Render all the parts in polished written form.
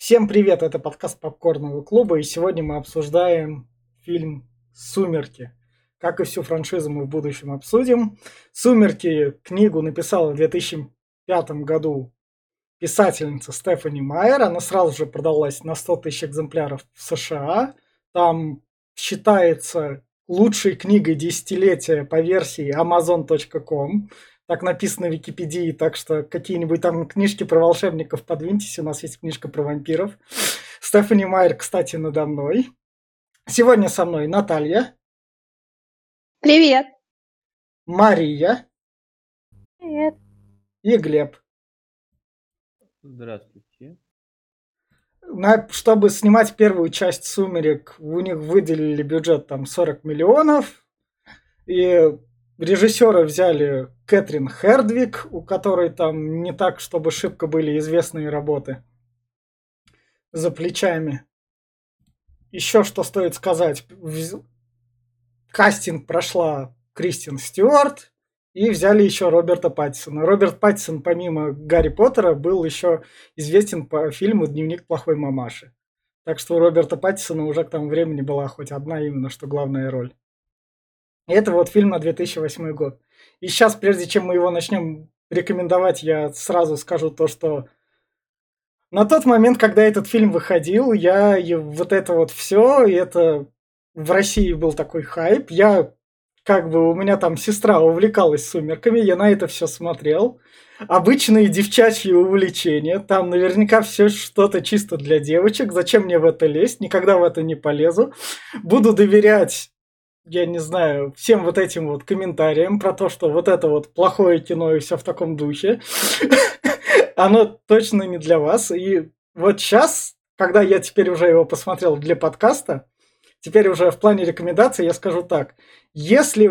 Всем привет, это подкаст Попкорного клуба, и сегодня мы обсуждаем фильм «Сумерки». Как и всю франшизу мы в будущем обсудим. «Сумерки» книгу написала в 2005 году писательница Стефани Майер. Она сразу же продалась на 100 тысяч экземпляров в США. Там считается лучшей книгой десятилетия по версии Amazon.com. Так написано в Википедии, так что какие-нибудь там книжки про волшебников подвиньтесь, у нас есть книжка про вампиров. Стефани Майер, кстати, надо мной. Сегодня со мной Наталья, Привет. Мария Привет. и Глеб. Здравствуйте. Чтобы снимать первую часть «Сумерек», у них выделили бюджет там 40 миллионов, и режиссера взяли Кэтрин Хердвиг, у которой там не так, чтобы шибко были известные работы за плечами. Еще что стоит сказать. Кастинг прошла Кристен Стюарт, и взяли еще Роберта Паттисона. Роберт Паттисон, помимо Гарри Поттера, был еще известен по фильму «Дневник плохой мамаши». Так что у Роберта Паттисона уже к тому времени была хоть одна именно что главная роль. И это вот фильм на 2008 год. И сейчас, прежде чем мы его начнем рекомендовать, я сразу скажу то, что на тот момент, когда этот фильм выходил, вот это вот все, и это в России был такой хайп. У меня там сестра увлекалась «Сумерками», я на это все смотрел. Обычные девчачьи увлечения, там наверняка все что-то чисто для девочек. Зачем мне в это лезть? Никогда в это не полезу. Буду доверять, я не знаю, всем вот этим вот комментариям про то, что вот это вот плохое кино и все в таком духе. Оно точно не для вас. И вот сейчас, когда я теперь уже его посмотрел для подкаста, теперь уже в плане рекомендаций я скажу так. Если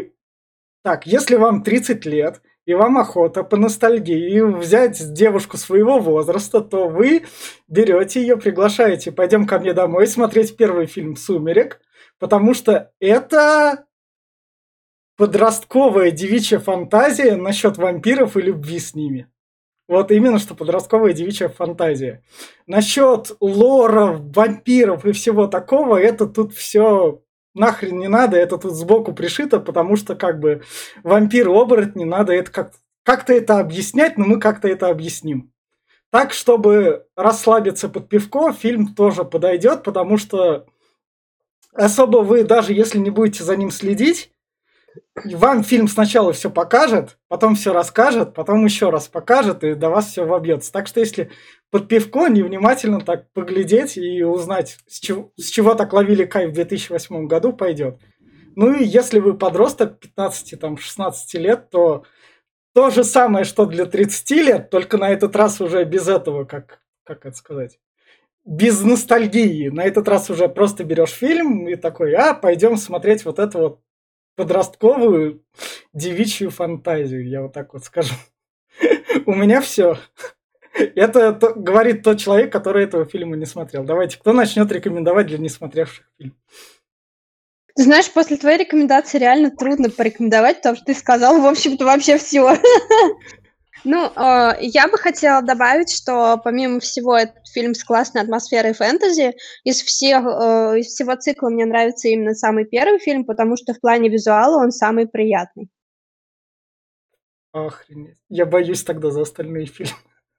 вам 30 лет, и вам охота по ностальгии взять девушку своего возраста, то вы берете ее, приглашаете, пойдем ко мне домой смотреть первый фильм «Сумерек», потому что это подростковая девичья фантазия насчет вампиров и любви с ними. Вот именно что подростковая девичья фантазия. Насчет лора, вампиров и всего такого, это тут все нахрен не надо, это тут сбоку пришито, потому что как бы вампир-оборотни надо это как-то это объяснять, но мы как-то это объясним. Так, чтобы расслабиться под пивко, фильм тоже подойдет, потому что особо вы, даже если не будете за ним следить, вам фильм сначала все покажет, потом все расскажет, потом еще раз покажет, и до вас все вобьется. Так что если под пивко невнимательно так поглядеть и узнать, с чего так ловили кайф в 2008 году, пойдет. Ну и если вы подросток 15-16 лет, то же самое, что для 30 лет, только на этот раз уже без этого, как это сказать, без ностальгии. На этот раз уже просто берешь фильм и такой, пойдем смотреть вот это вот подростковую девичью фантазию, я вот так вот скажу. У меня все. Это говорит тот человек, который этого фильма не смотрел. Давайте, кто начнет рекомендовать для несмотревших фильм? Ты знаешь, после твоей рекомендации реально трудно порекомендовать, потому что ты сказал, в общем-то, вообще все. Ну, я бы хотела добавить, что помимо всего этот фильм с классной атмосферой фэнтези. Из всего цикла мне нравится именно самый первый фильм, потому что в плане визуала он самый приятный. Охренеть. Я боюсь тогда за остальные фильмы.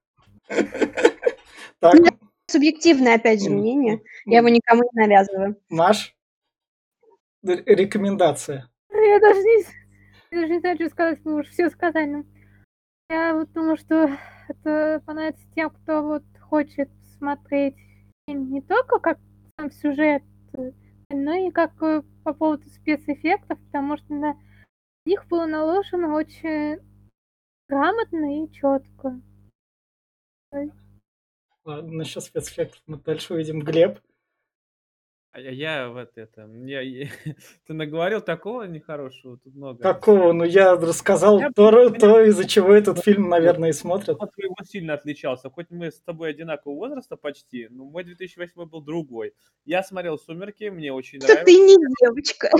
У Так, меня субъективное, опять же, мнение. Я его никому не навязываю. Маш, рекомендация. Я даже не знаю, что сказать, вы уже все сказали. Я вот думаю, что это понравится тем, кто вот хочет смотреть фильм не только как сам сюжет, но и как по поводу спецэффектов, потому что на них было наложено очень грамотно и четко. Ладно, насчет спецэффектов мы дальше увидим. Глеб. Я ты наговорил такого нехорошего, тут много. Какого? Ну, я рассказал то, из-за чего этот фильм, наверное, и смотрят. От твоего сильно отличался. Хоть мы с тобой одинакового возраста почти, но мой 2008 был другой. Я смотрел «Сумерки», мне очень Что ты нравилось. не девочка.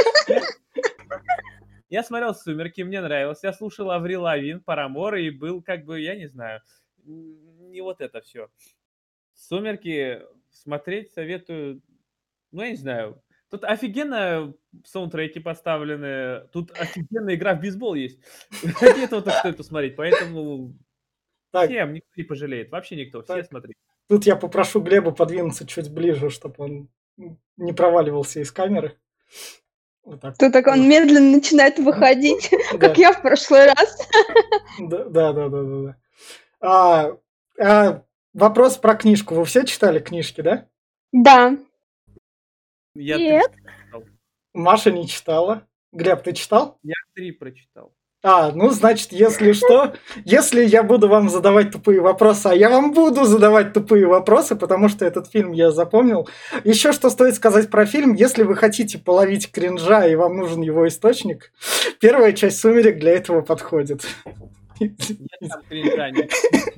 Я смотрел «Сумерки», мне нравилось. Я слушал Аврил Лавин, Парамор, и был как бы, я не знаю, не вот это все. «Сумерки» смотреть советую, ну, я не знаю. Тут офигенно саундтреки поставлены, тут офигенная игра в бейсбол есть. Ради этого так стоит посмотреть, поэтому Так, всем, никто не пожалеет, вообще никто, все так. смотри. Тут я попрошу Глеба подвинуться чуть ближе, чтобы он не проваливался из камеры. Вот так. То так он медленно начинает выходить, Да. как я в прошлый раз. Да. Вопрос про книжку. Вы все читали книжки, да? Да. Я Нет. 3 прочитал. Маша не читала. Глеб, ты читал? Я 3 прочитал. Ну, значит, если что, если я буду вам задавать тупые вопросы, а я вам буду задавать тупые вопросы, потому что этот фильм я запомнил. Еще что стоит сказать про фильм, если вы хотите половить кринжа и вам нужен его источник, первая часть «Сумерек» для этого подходит. Нет там кринжа, нет.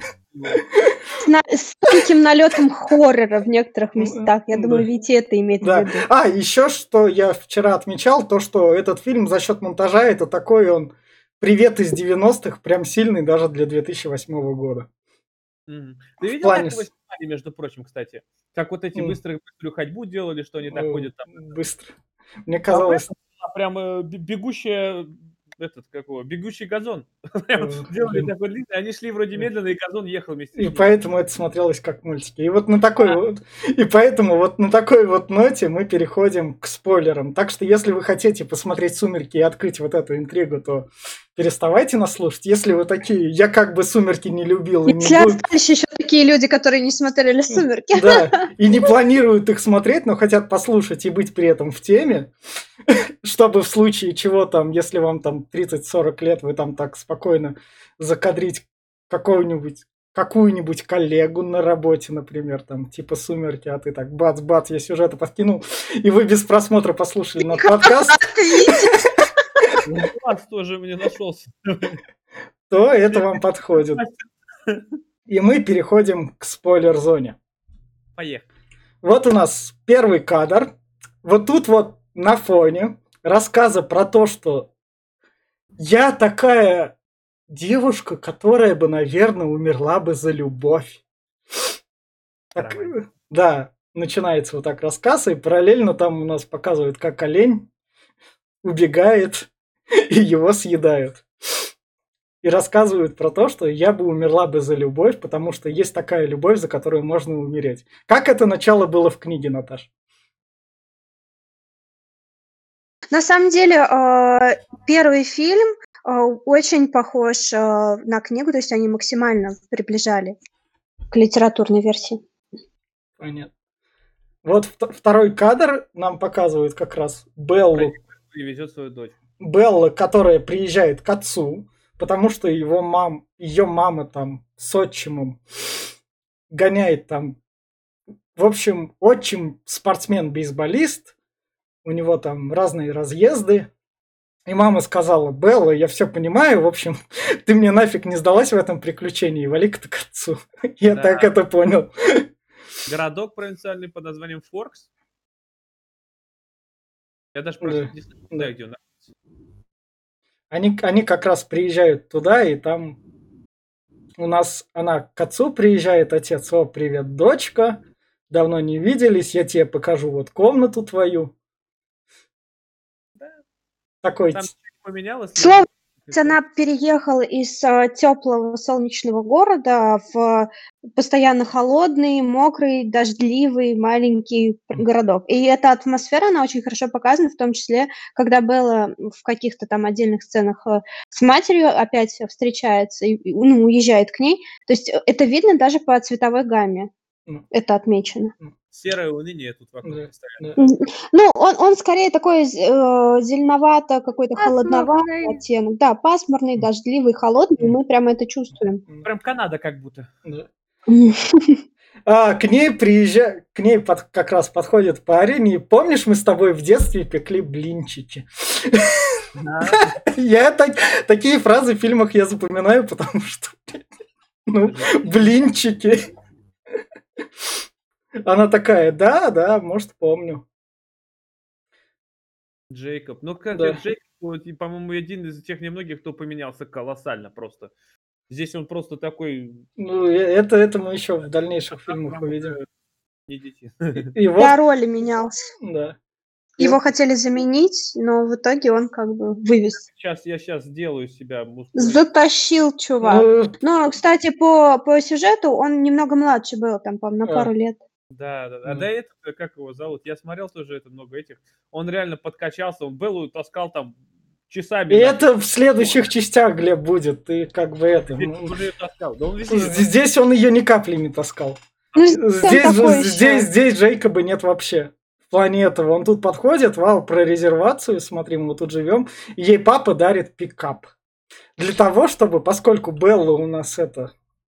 С тонким налетом хоррора в некоторых местах. Я думаю, Да. Витя это имеет в Да. виду. Еще что я вчера отмечал, то, что этот фильм за счет монтажа, это такой он привет из 90-х, прям сильный даже для 2008 года. Ты В видел, плане как его снимали, между прочим, кстати? Как вот эти быструю ходьбу делали, что они так ходят там. Быстро. Мне казалось... Прям бегущая, бегущий газон. Прям делали блин. такой длинный, они шли вроде медленно, и газон ехал вместе с И ними. поэтому это смотрелось как мультики. И вот на такой вот, и поэтому вот на такой вот ноте мы переходим к спойлерам. Так что если вы хотите посмотреть «Сумерки» и открыть вот эту интригу, то переставайте нас слушать. Если вы такие, я как бы «Сумерки» не любил и не Если буду... остались еще такие люди, которые не смотрели «Сумерки». Да, и не планируют их смотреть, но хотят послушать и быть при этом в теме, чтобы в случае чего там, если вам там 30-40 лет, вы там так спокойно закадрить какую-нибудь коллегу на работе, например, там, типа «Сумерки», а ты так бац-бац, я сюжета подкинул, и вы без просмотра послушали наш подкаст, Класс тоже мне нашелся. то это вам подходит. И мы переходим к спойлер-зоне. Поехали. Вот у нас первый кадр. Вот тут вот на фоне рассказа про то, что я такая девушка, которая бы, наверное, умерла бы за любовь. Так, да, начинается вот так рассказ, и параллельно там у нас показывают, как олень убегает, и его съедают. И рассказывают про то, что я бы умерла бы за любовь, потому что есть такая любовь, за которую можно умереть. Как это начало было в книге, Наташ? На самом деле, первый фильм очень похож на книгу, то есть они максимально приближали к литературной версии. Понятно. Вот второй кадр нам показывает как раз Беллу. Привезет свою дочь. Белла, которая приезжает к отцу, потому что ее мама там с отчимом гоняет там. В общем, отчим спортсмен-бейсболист, у него там разные разъезды. И мама сказала: Белла, я все понимаю, в общем, ты мне нафиг не сдалась в этом приключении, вали-ка ты к отцу. Я так это понял. Городок провинциальный под названием Форкс. Я даже просто не знаю, где он находится. Они как раз приезжают туда, и там у нас она к отцу приезжает, отец: о, привет, дочка, давно не виделись, я тебе покажу вот комнату твою. Да. Такой... Там ничего не поменялось. Слово, она переехала из теплого солнечного города в постоянно холодный, мокрый, дождливый маленький городок. И эта атмосфера, она очень хорошо показана, в том числе, когда Белла в каких-то там отдельных сценах с матерью опять встречается и уезжает к ней. То есть это видно даже по цветовой гамме. Это отмечено. Серое уныние тут вокруг постоянно. Ну, он скорее такой зеленовато, какой-то холодноватый оттенок. Да, пасмурный, дождливый, холодный, и мы прямо это чувствуем. Прям Канада как будто. К ней как раз подходит парень, и помнишь, мы с тобой в детстве пекли блинчики? Я такие фразы в фильмах я запоминаю, потому что, блинчики. Она такая: да, может, помню. Джейкоб. Ну, как Джейкоб, по-моему, один из тех немногих, кто поменялся колоссально просто. Здесь он просто такой... Ну, это мы еще в дальнейших фильмах увидим. Идите. И вот, Для роли менялся. да. Его хотели заменить, но в итоге он как бы вывез. Я сейчас сделаю себя мужской. Затащил чувак. Ну, Ну, кстати, по сюжету он немного младше был, там, по-моему, на А. пару лет. Да. А Ну. до этого, как его зовут? Я смотрел тоже это много этих. Он реально подкачался, он Беллу таскал там часами. и нафиг. это в следующих частях, Глеб, будет. Ты как бы это... Здесь он уже её таскал. Да он везде её Здесь он ее ни капли не таскал. Ну, такой ещё. Здесь Джейкоба нет вообще. В плане этого. Он тут подходит, вау, про резервацию, смотри, мы тут живем. И ей папа дарит пикап. Для того, чтобы, поскольку Белла у нас это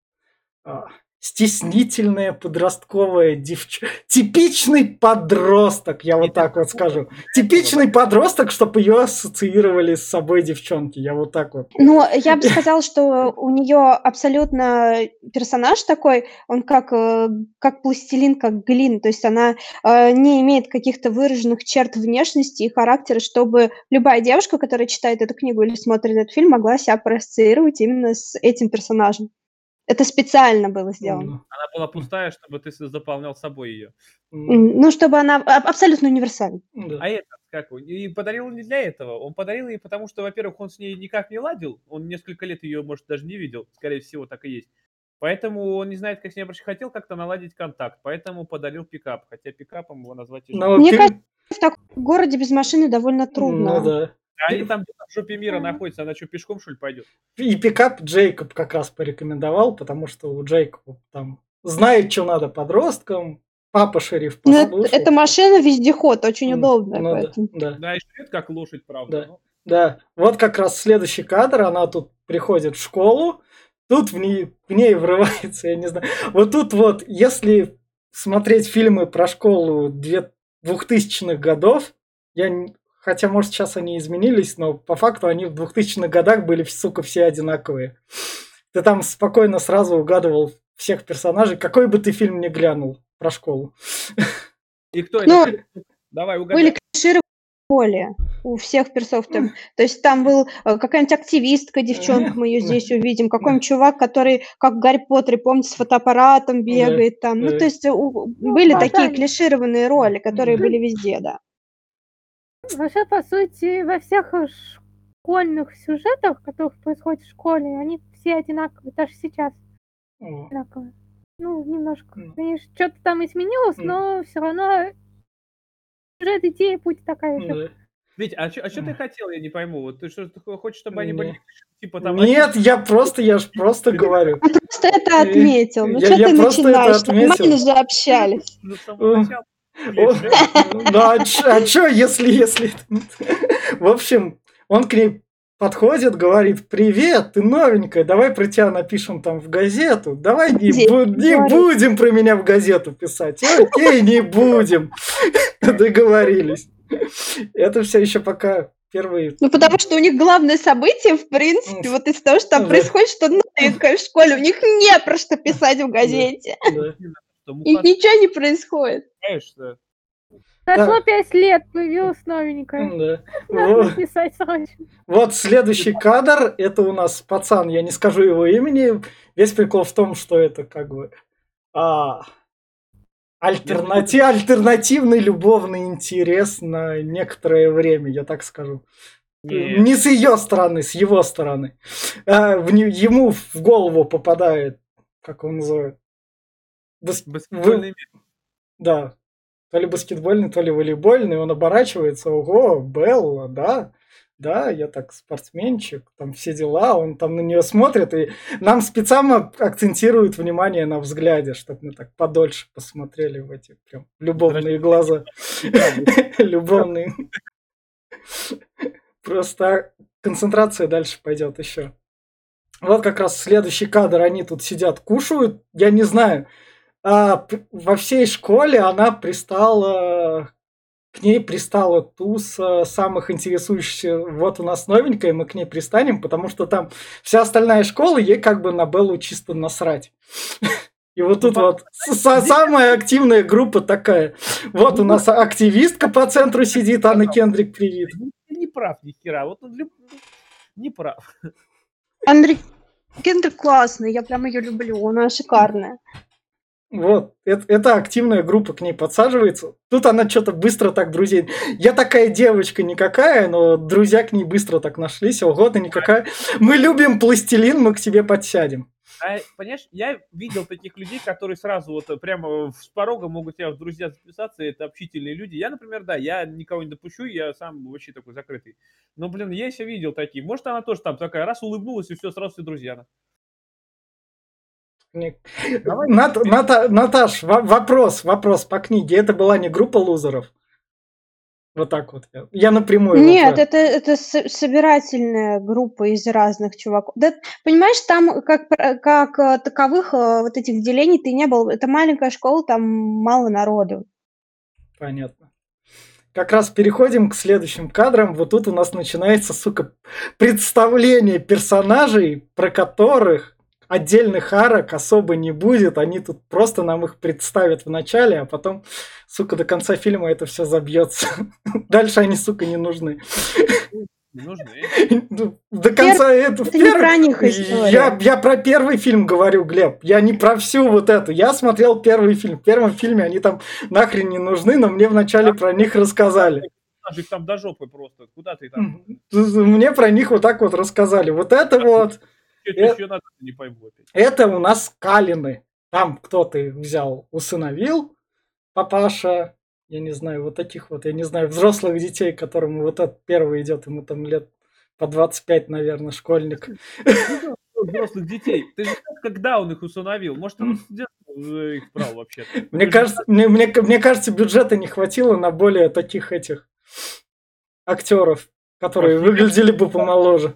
стеснительная подростковая девчонка. Типичный подросток, я вот так вот скажу. Типичный подросток, чтобы ее ассоциировали с собой девчонки. Я вот так вот. Ну, я бы сказала, что у нее абсолютно персонаж такой, он как пластилин, как глина. То есть она не имеет каких-то выраженных черт внешности и характера, чтобы любая девушка, которая читает эту книгу или смотрит этот фильм, могла себя проассоциировать именно с этим персонажем. Это специально было сделано. Она была пустая, чтобы ты заполнял собой ее. Ну, чтобы она абсолютно универсальна. А этот, как его? И подарил не для этого. Он подарил ей, потому что, во-первых, он с ней никак не ладил. Он несколько лет ее, может, даже не видел. Скорее всего, так и есть. Поэтому он не знает, как с ней обращаться. Хотел как-то наладить контакт. Поэтому подарил пикап. Хотя пикапом его назвать тяжело. Мне кажется, в таком городе без машины довольно трудно. Ну да. Они там в жопе мира находятся. Она что, пешком, что ли, пойдет? И пикап Джейкоб как раз порекомендовал, потому что у Джейкоба там знает, что надо подросткам. Папа шериф послушал. Это машина-вездеход, очень удобная. Поэтому. Да, и шрифт как лошадь, правда. Да. Вот как раз следующий кадр. Она тут приходит в школу. Тут в ней врывается, я не знаю. Вот тут вот, если смотреть фильмы про школу 2000-х годов, хотя, может, сейчас они изменились, но по факту они в 2000-х годах были, сука, все одинаковые. Ты там спокойно сразу угадывал всех персонажей, какой бы ты фильм ни глянул про школу. И кто это? Давай, угадай. Были клиширы в школе у всех персов. То есть там был какая-нибудь активистка, девчонка, мы ее здесь увидим, какой-нибудь чувак, который, как в Гарри Поттере, помните, с фотоаппаратом бегает там. Ну, то есть были такие клишированные роли, которые были везде, да. Вообще, по сути, во всех школьных сюжетах, которые происходят в школе, они все одинаковые, даже сейчас одинаковые. Ну, немножко. Конечно, что-то там изменилось, но все равно сюжет, идея, путь такая же. Вить, а что ты хотел, я не пойму. Вот ты что, хочешь, чтобы они были типа там... Нет, я ж просто говорю. Он просто это отметил. Ну, что ты начинаешь? Нормально же общались. Ну, а что, если... В общем, он к ней подходит, говорит: привет, ты новенькая, давай про тебя напишем там в газету. Давай не будем про меня в газету писать. Окей, не будем. Договорились. Это все еще пока первые... Ну, потому что у них главное событие, в принципе, вот из того, что там происходит что-то новенькое в школе, у них не про что писать в газете. И ничего не происходит. Конечно. Прошло 5 лет, появилась новенькая. Надо писать срочно. Вот следующий кадр, это у нас пацан, я не скажу его имени. Весь прикол в том, что это как бы альтернативный любовный интерес на некоторое время, я так скажу. Не с ее стороны, с его стороны. Ему в голову попадает, как он называет? Баскетбольный мир. Да. То ли баскетбольный, то ли волейбольный. Он оборачивается. Ого, Белла, да, я так спортсменчик, там все дела. Он там на нее смотрит, и нам специально акцентируют внимание на взгляде, чтобы мы так подольше посмотрели в эти прям любовные глаза. Любовные. Просто концентрация дальше пойдет еще. Вот как раз следующий кадр. Они тут сидят, кушают. Я не знаю. Во всей школе к ней пристала туз самых интересующихся. Вот у нас новенькая, мы к ней пристанем, потому что там вся остальная школа, ей как бы на Беллу чисто насрать. И вот тут вот самая активная группа такая. Вот у нас активистка по центру сидит, Анна Кендрик, привет. Ты не прав, ни хера. Вот он не прав. Андрей Кендрик классный, я прям ее люблю, она шикарная. Вот, это активная группа к ней подсаживается. Тут она что-то быстро так друзей... Я такая девочка никакая, но друзья к ней быстро так нашлись. Ого, ты никакая. Мы любим пластилин, мы к тебе подсядем. Понимаешь, я видел таких людей, которые сразу вот прямо с порога могут тебя в друзья записаться, это общительные люди. Я, например, да, я никого не допущу, я сам вообще такой закрытый. Но, блин, я еще видел такие. Может, она тоже там такая, раз улыбнулась, и все, сразу все друзья. Давай. Наташ, вопрос по книге. Это была не группа лузеров? Вот так вот. Я напрямую. Нет, это собирательная группа из разных чуваков. Да, понимаешь, там как таковых вот этих делений ты не был. Это маленькая школа, там мало народу. Понятно. Как раз переходим к следующим кадрам. Вот тут у нас начинается, сука, представление персонажей, про которых отдельных арок особо не будет. Они тут просто нам их представят в начале, а потом, сука, до конца фильма это все забьется. Дальше они, сука, не нужны. Не нужны. До конца это не про них история. Я про первый фильм говорю, Глеб. Я не про всю вот эту. Я смотрел первый фильм. В первом фильме они там нахрен не нужны, но мне вначале про них рассказали. Их там до жопы просто. Куда ты там? Мне про них вот так вот рассказали. Вот это вот. Еще надо, не пойму опять. Это у нас Калины. Там кто-то их взял, усыновил, папаша, я не знаю, вот таких вот, я не знаю, взрослых детей, которым вот этот первый идет, ему там лет по 25, наверное, школьник. Взрослых детей. Ты же знаешь, когда он их усыновил? Может, он с детства их брал вообще? Мне кажется, бюджета не хватило на более таких этих актеров, которые выглядели бы помоложе.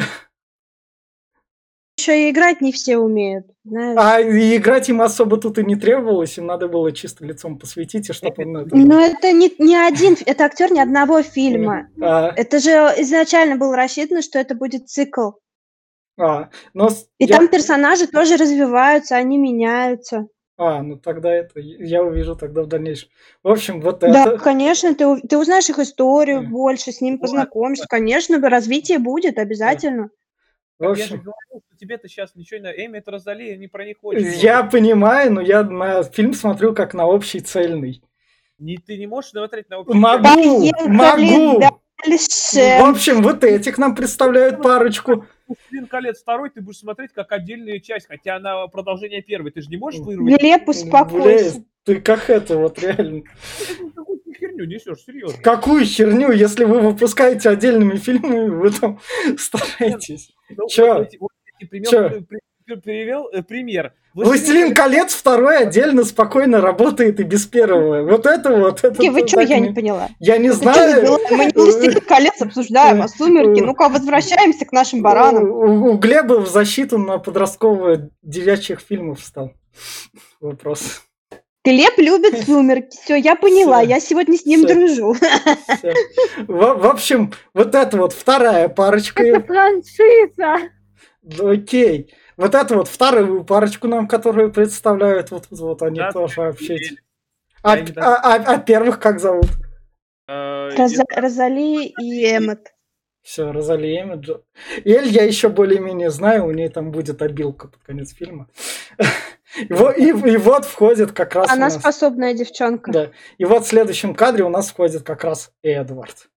Еще и играть не все умеют, знаешь. А и играть им особо тут и не требовалось, им надо было чисто лицом посветить, и чтобы он... Но это не один, это актер ни одного фильма. Это же изначально было рассчитано, что это будет цикл. И там персонажи тоже развиваются, они меняются. Ну тогда это я увижу тогда в дальнейшем. В общем, вот да, это... Да, конечно, ты узнаешь их историю больше, с ними познакомишься. Конечно, развитие будет обязательно. В общем, я же говорил, что тебе-то сейчас ничего не... Эммет Розали, не про них очень. Я понимаю, но я на фильм смотрю как на общий цельный. Ты не можешь смотреть на общий Могу! В общем, вот этих нам представляют парочку. «Властелин колец» второй ты будешь смотреть как отдельную часть, хотя она продолжение первой. Ты же не можешь вырвать? Глеб, успокойся. Ты как это вот реально? Какую херню несешь, серьезно? Какую херню, если вы выпускаете отдельными фильмами, вы там стараетесь? Чё? Привел пример. «Властелин колец» второй отдельно спокойно работает и без первого. Вот это. Вы что, я не поняла. Я не знаю. Мы не «Властелин колец» обсуждаем, а «Сумерки». Ну-ка, возвращаемся к нашим баранам. У Глеба в защиту на подростковые девичьих фильмов встал вопрос. Глеб любит «Сумерки». Все, я поняла. Я сегодня с ним дружу. В общем, вот это вот вторая парочка. Это франшиза. Окей. Вот это вот вторую парочку нам, которую представляют, вот они тоже общаются. А первых как зовут? Розали и Эммет. Все, Розали и Эммет. Эль я еще более-менее знаю, у нее там будет обилка под конец фильма. И вот входит как раз... Она способная девчонка. Да. И вот в следующем кадре у нас входит как раз Эдвард.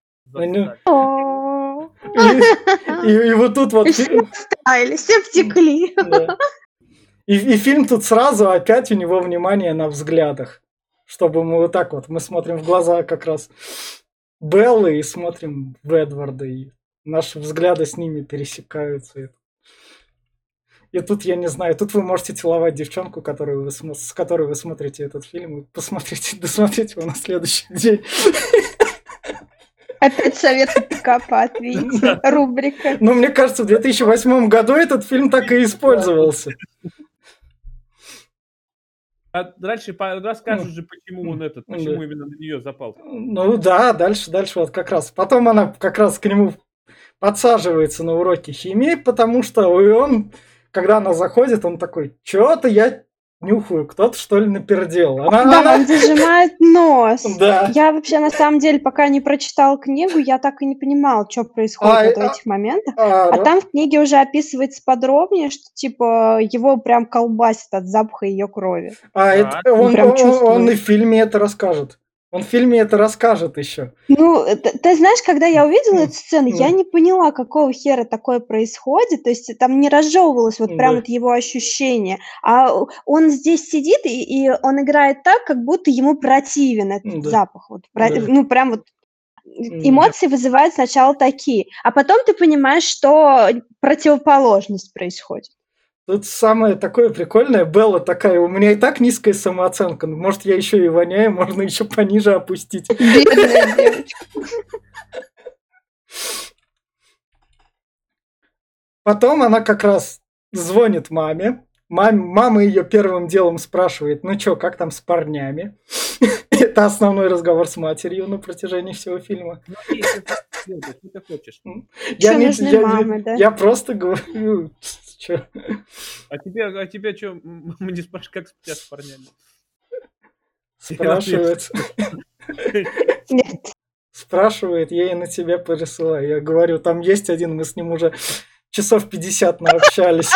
И вот тут вот... Все встали, все втекли. И фильм тут сразу опять у него внимание на взглядах. Чтобы мы вот так вот, мы смотрим в глаза как раз Беллы и смотрим в Эдварда. И наши взгляды с ними пересекаются. И тут, я не знаю, тут вы можете целовать девчонку, с которой вы смотрите этот фильм. И досмотрите его на следующий день. Опять советы пикапа ответьте. Рубрика. Ну, мне кажется, в 2008 году этот фильм так и использовался. А дальше расскажешь же, почему почему именно на нее запал. Ну да, дальше вот как раз. Потом она как раз к нему подсаживается на уроки химии, потому что он, когда она заходит, он такой, чё-то я нюхаю, кто-то что ли напердел. Да, он зажимает нос. Да. Я вообще, на самом деле, пока не прочитала книгу, я так и не понимала, что происходит в этих моментах. А там в книге уже описывается подробнее, что, типа, его прям колбасит от запаха ее крови. Он и в фильме это расскажет. Он в фильме это расскажет еще. Ну, ты знаешь, когда я увидела эту сцену, я не поняла, какого хера такое происходит. То есть там не разжевывалось вот прям вот его ощущение. А он здесь сидит, и он играет так, как будто ему противен этот запах. Вот, ну, прям вот эмоции вызывают сначала такие, а потом ты понимаешь, что противоположность происходит. Тут самое такое прикольное, Белла такая, у меня и так низкая самооценка, может, я еще и воняю, можно еще пониже опустить. Бедная девочка. Потом она как раз звонит маме. Мама ее первым делом спрашивает, ну что, как там с парнями? Это основной разговор с матерью на протяжении всего фильма. Что ты хочешь? Я просто говорю, что... А тебя что, мне спрашивают, как тебя с парнями? Спрашивает. Нет. Спрашивает, я и на тебя пересылаю. Я говорю, там есть один, мы с ним уже часов 50 наобщались.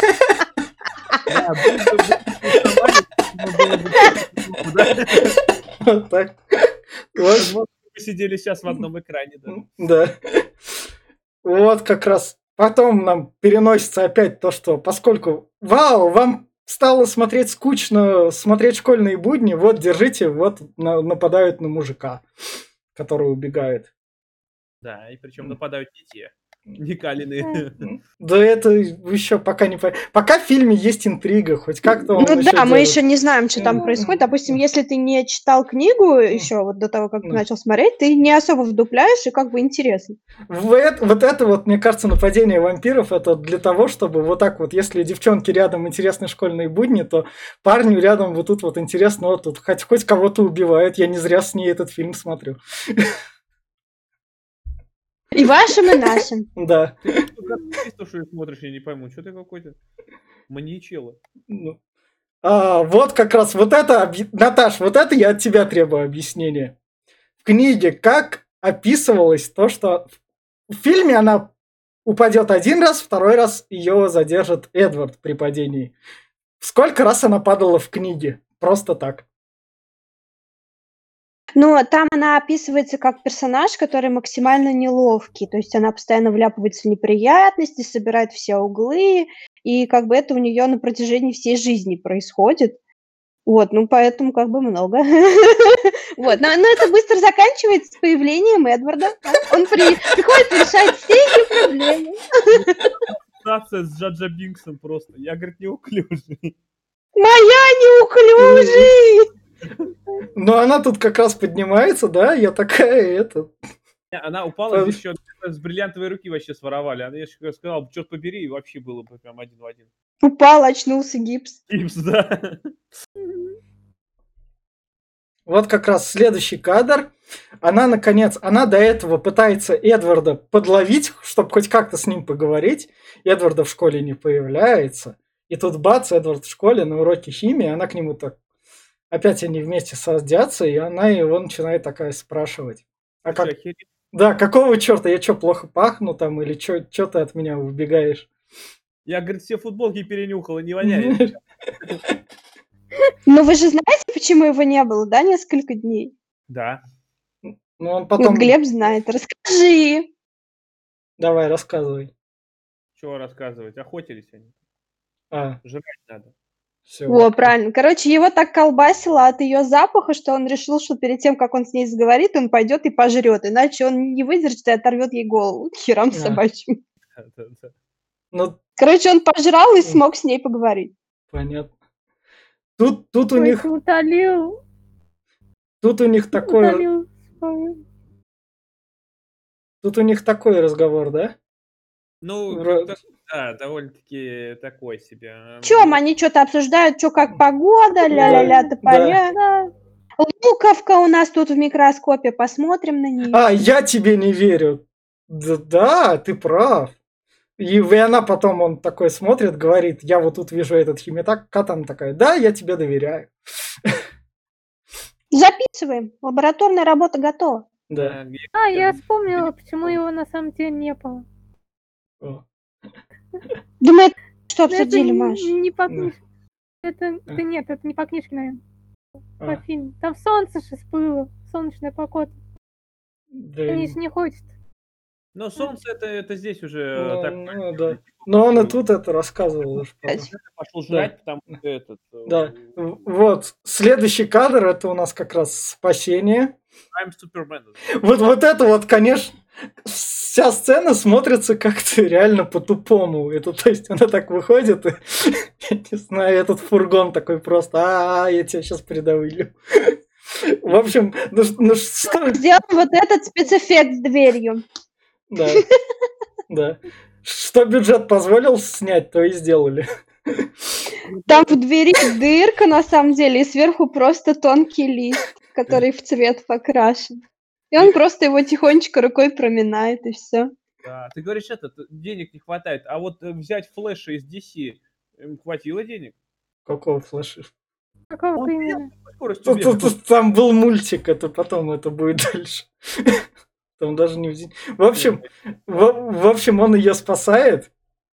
Вот так. Мы сидели сейчас в одном экране, да. Да. Вот как раз потом нам переносится опять то, что поскольку, вам стало смотреть скучно, смотреть школьные будни, вот, держите, вот нападают на мужика, который убегает. Да, и причем нападают не те. Не калины. Да это еще пока не... Пока в фильме есть интрига, хоть как-то он Ну да, мы еще не знаем, что там происходит. Допустим, если ты не читал книгу еще вот до того, как ты начал смотреть, ты не особо вдупляешь, и как бы интересно. Вот это вот, мне кажется, нападение вампиров, это для того, чтобы вот так вот, если девчонки рядом интересны школьные будни, то парню рядом вот тут вот интересно, вот тут хоть кого-то убивают, я не зря с ней этот фильм смотрю. И вашим, и нашим. Да. Ты то, что смотришь, я не пойму. Что ты какой-то маньячелло. Вот как раз вот это, Наташ, вот это я от тебя требую объяснения. В книге как описывалось то, что в фильме она упадет один раз, второй раз ее задержит Эдвард при падении. Сколько раз она падала в книге? Просто так. Ну, там она описывается как персонаж, который максимально неловкий. То есть она постоянно вляпывается в неприятности, собирает все углы, и как бы это у нее на протяжении всей жизни происходит. Вот, ну поэтому как бы много. Вот, но это быстро заканчивается с появлением Эдварда. Он приходит решать все эти проблемы. Ситуация с Джаджа Бинксом просто. Я, говорит, неуклюжий. Моя неуклюжий! Но она тут как раз поднимается, да, я такая, Она упала здесь еще с бриллиантовой руки вообще своровали. Я же сказал, черт побери, и вообще было бы прям один в один. Упал, очнулся, гипс. Гипс, да. Вот как раз следующий кадр. Она до этого пытается Эдварда подловить, чтобы хоть как-то с ним поговорить. Эдварда в школе не появляется. И тут бац, Эдвард в школе на уроке химии, она к нему так... Опять они вместе садятся, и она его начинает такая спрашивать. А как... Да, какого черта? Я что, плохо пахну там? Или что ты от меня убегаешь? Я, говорит, все футболки перенюхала, не воняет. Ну вы же знаете, почему его не было, да, несколько дней? Да. Ну он потом... Вот Глеб знает, расскажи. Давай, рассказывай. Чего рассказывать? Охотились они. Жрать надо. Всё. О, правильно. Короче, его так колбасило от ее запаха, что он решил, что перед тем, как он с ней заговорит, он пойдет и пожрет, иначе он не выдержит и оторвет ей голову к херам собачьим. Ну, короче, он пожрал и смог с ней поговорить. Понятно. Тут у них... Утолил. Тут у них такое... Тут у них такой разговор, да? Ну, да, довольно-таки такой себе. Чем они что-то обсуждают, что как погода, ля-ля-ля, топоря. Да. Луковка у нас тут в микроскопе, посмотрим на нее. Я тебе не верю. Да, ты прав. И она потом, он такой смотрит, говорит, я вот тут вижу этот химитак. Катана такая, да, я тебе доверяю. Записываем. Лабораторная работа готова. Да. Я вспомнила, почему его на самом деле не было. О. Думаю, что Но это обсудили, Маш? не по Да. книжке. Это нет, это не по книжке, наверное. По А, фильму. Там солнце же было, солнечная погода. да, Они же не ходят. Но солнце это здесь уже так ну, да. Но он и тут это рассказывал уже потом. пошел Да. жрать, потому что этот... Да. Вот. Следующий кадр, это у нас как раз спасение. I'm Superman. Вот это вот, конечно, вся сцена смотрится как-то реально по-тупому. Это, то есть, она так выходит, и, я не знаю, этот фургон такой просто, я тебя сейчас придавлю. В общем, ну что... Сделаем вот этот спецэффект с дверью. Да, да. Что бюджет позволил снять, то и сделали. Там в двери дырка, на самом деле, и сверху просто тонкий лист, который в цвет покрашен. И он просто его тихонечко рукой проминает, и все. Да, ты говоришь, денег не хватает, а вот взять флеша из DC, им хватило денег? Какого флеша? Какого Он ты именно? по скорости бегал. Там был мультик, это потом, это будет дальше. Там даже не... В общем, он ее спасает.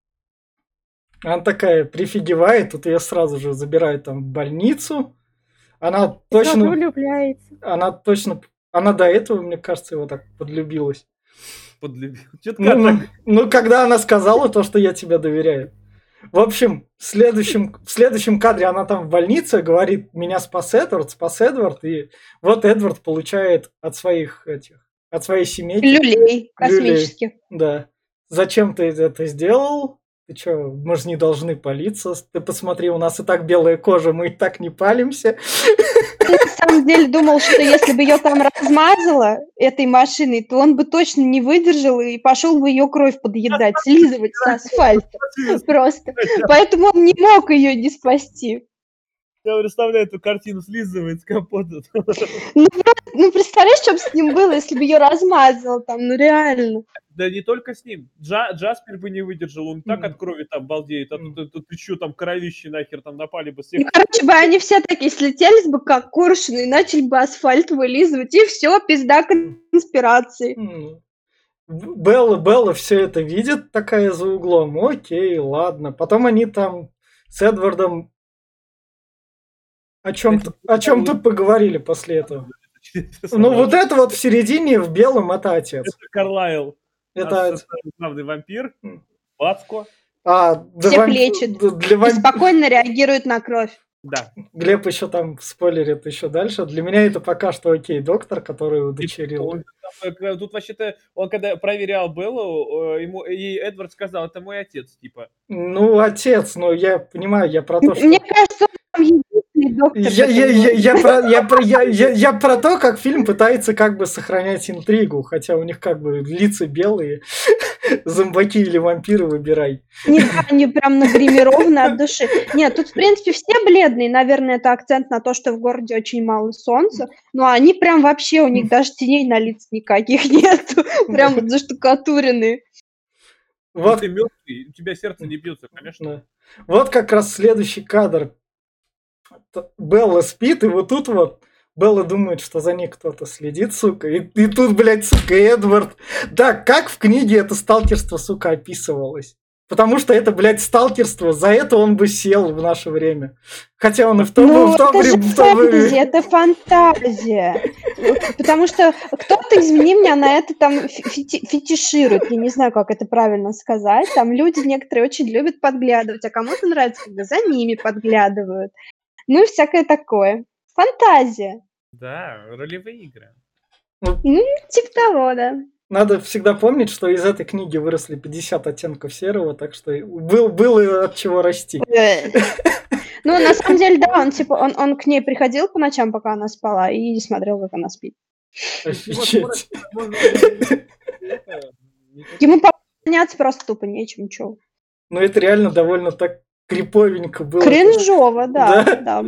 Она такая прифигевает, тут ее сразу же забирают там в больницу. Она Сразу точно... влюбляется. Она до этого, мне кажется, его так подлюбилась. Подлюбил. Чё-то Ну, когда она сказала то, что я тебе доверяю. В общем, в следующем кадре она там в больнице говорит, меня спас Эдвард, и вот Эдвард получает от своей семейки... Люлей космических. Да. Зачем ты это сделал? Ты что, мы же не должны палиться. Ты посмотри, у нас и так белая кожа, мы и так не палимся. На самом деле думал, что если бы ее там размазало этой машиной, то он бы точно не выдержал и пошел бы ее кровь подъедать, слизывать с асфальта просто. Поэтому он не мог ее не спасти. Я представляю эту картину, слизывает с капота. Ну, представляешь, что бы с ним было, если бы ее размазал там, ну реально. Да не только с ним. Джаспер бы не выдержал, он так от крови там балдеет. А тут еще там кровище нахер там напали бы всех. Ну, короче, бы они все такие слетелись бы, как коршуны, и начали бы асфальт вылизывать, и все, пизда конспирации. Белла все это видит, такая за углом. Окей, ладно. Потом они там с Эдвардом о чем-то поговорили после этого. Ну, вот это вот в середине в белом, это отец. Это Карлайл. Это главный вампир. Бацко. Всех лечит. И спокойно реагирует на кровь. Да. Глеб еще там спойлерит еще дальше. Для меня это пока что окей, доктор, который удочерил. Тут вообще-то, он когда проверял Беллу, ей Эдвард сказал, это мой отец, типа. Ну, отец, но я понимаю, я про то, что... Мне кажется, он там единственный доктор. Я про то, как фильм пытается как бы сохранять интригу, хотя у них как бы лица белые, зомбаки или вампиры, выбирай. Они прям нагримированы от души. Нет, тут, в принципе, все бледные. Наверное, это акцент на то, что в городе очень мало солнца. Но они прям вообще, у них даже теней на лиц никаких нету. Прям заштукатуренные. Вот ты мертвый, у тебя сердце не бьется, конечно. Вот как раз следующий кадр. Белла спит, и вот тут вот Белла думает, что за ней кто-то следит, сука. И тут, блядь, сука, Эдвард. Да, как в книге это сталкерство, сука, описывалось? Потому что это, блядь, сталкерство. За это он бы сел в наше время. Хотя он и в то время... Это фантазия. Потому что кто-то, извини меня, на это там фетиширует. Я не знаю, как это правильно сказать. Там люди некоторые очень любят подглядывать, а кому-то нравится, когда за ними подглядывают. Ну и всякое такое. Фантазия. Да, ролевые игры. Ну, типа того, да. Надо всегда помнить, что из этой книги выросли 50 оттенков серого, так что было от чего расти. Ну, на самом деле, да, он типа он к ней приходил по ночам, пока она спала, и смотрел, как она спит. Ему поняться просто тупо нечем, чё. Ну, это реально довольно так криповенько было. Кринжово, да.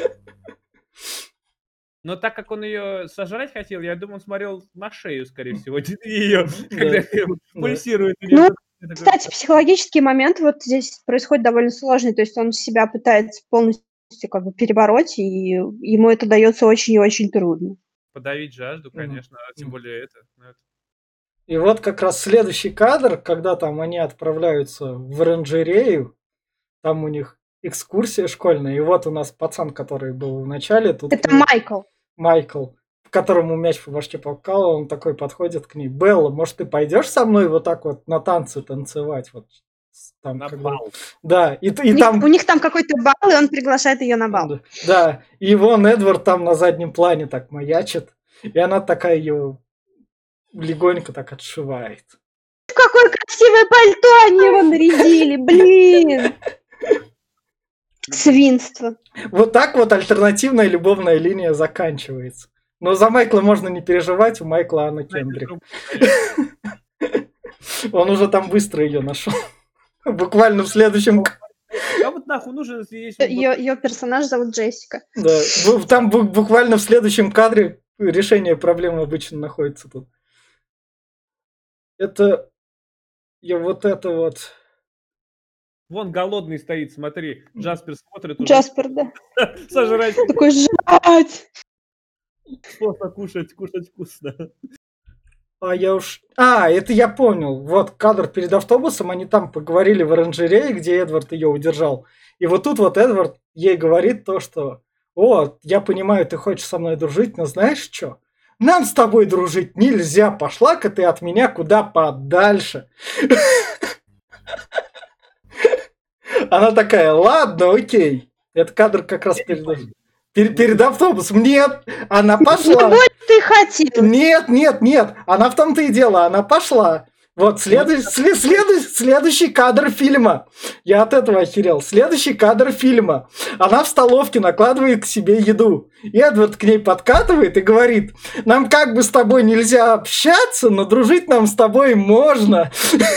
Но так как он ее сожрать хотел, я думаю, он смотрел на шею, скорее всего, ее, когда пульсирует. Кстати, психологический момент вот здесь происходит довольно сложный, то есть он себя пытается полностью как бы перебороть, и ему это дается очень и очень трудно. Подавить жажду, конечно, а тем более это. И вот как раз следующий кадр, когда там они отправляются в оранжерею, там у них экскурсия школьная, и вот у нас пацан, который был в начале, тут Это Майкл, которому мяч по башке попал, он такой подходит к ней: Белла, может, ты пойдешь со мной вот так вот на танцы танцевать? Вот там, На когда... бал. Да, и у там... них там какой-то бал, и он приглашает ее на бал. Да, и вон Эдвард там на заднем плане так маячит, и она такая ее легонько так отшивает. Какое красивое пальто они его нарядили, блин! Свинство. Вот так вот альтернативная любовная линия заканчивается. Но за Майкла можно не переживать, у Майкла Анна Кендрик. Он уже там быстро ее нашел. Буквально в следующем... А вот нахуй нужен, если есть... Ее персонаж зовут Джессика. Да, там буквально в следующем кадре решение проблемы обычно находится тут. Это... И вот это вот... Вон голодный стоит, смотри. Джаспер смотрит уже. Джаспер, да. Сожрать. Такой жрать. Вкусно кушать вкусно. Это я понял. Вот кадр перед автобусом, они там поговорили в оранжерее, где Эдвард ее удержал. И вот тут вот Эдвард ей говорит то, что: «О, я понимаю, ты хочешь со мной дружить, но знаешь что? Нам с тобой дружить нельзя. Пошла-ка ты от меня куда подальше». Она такая: ладно, окей. Это кадр как раз перед автобусом. Нет, она пошла. Вот ты хотел. Нет. Она в том-то и дело, она пошла. Вот следующий кадр фильма. Я от этого охерел. Следующий кадр фильма. Она в столовке накладывает к себе еду. Эдвард к ней подкатывает и говорит: нам как бы с тобой нельзя общаться, но дружить нам с тобой можно.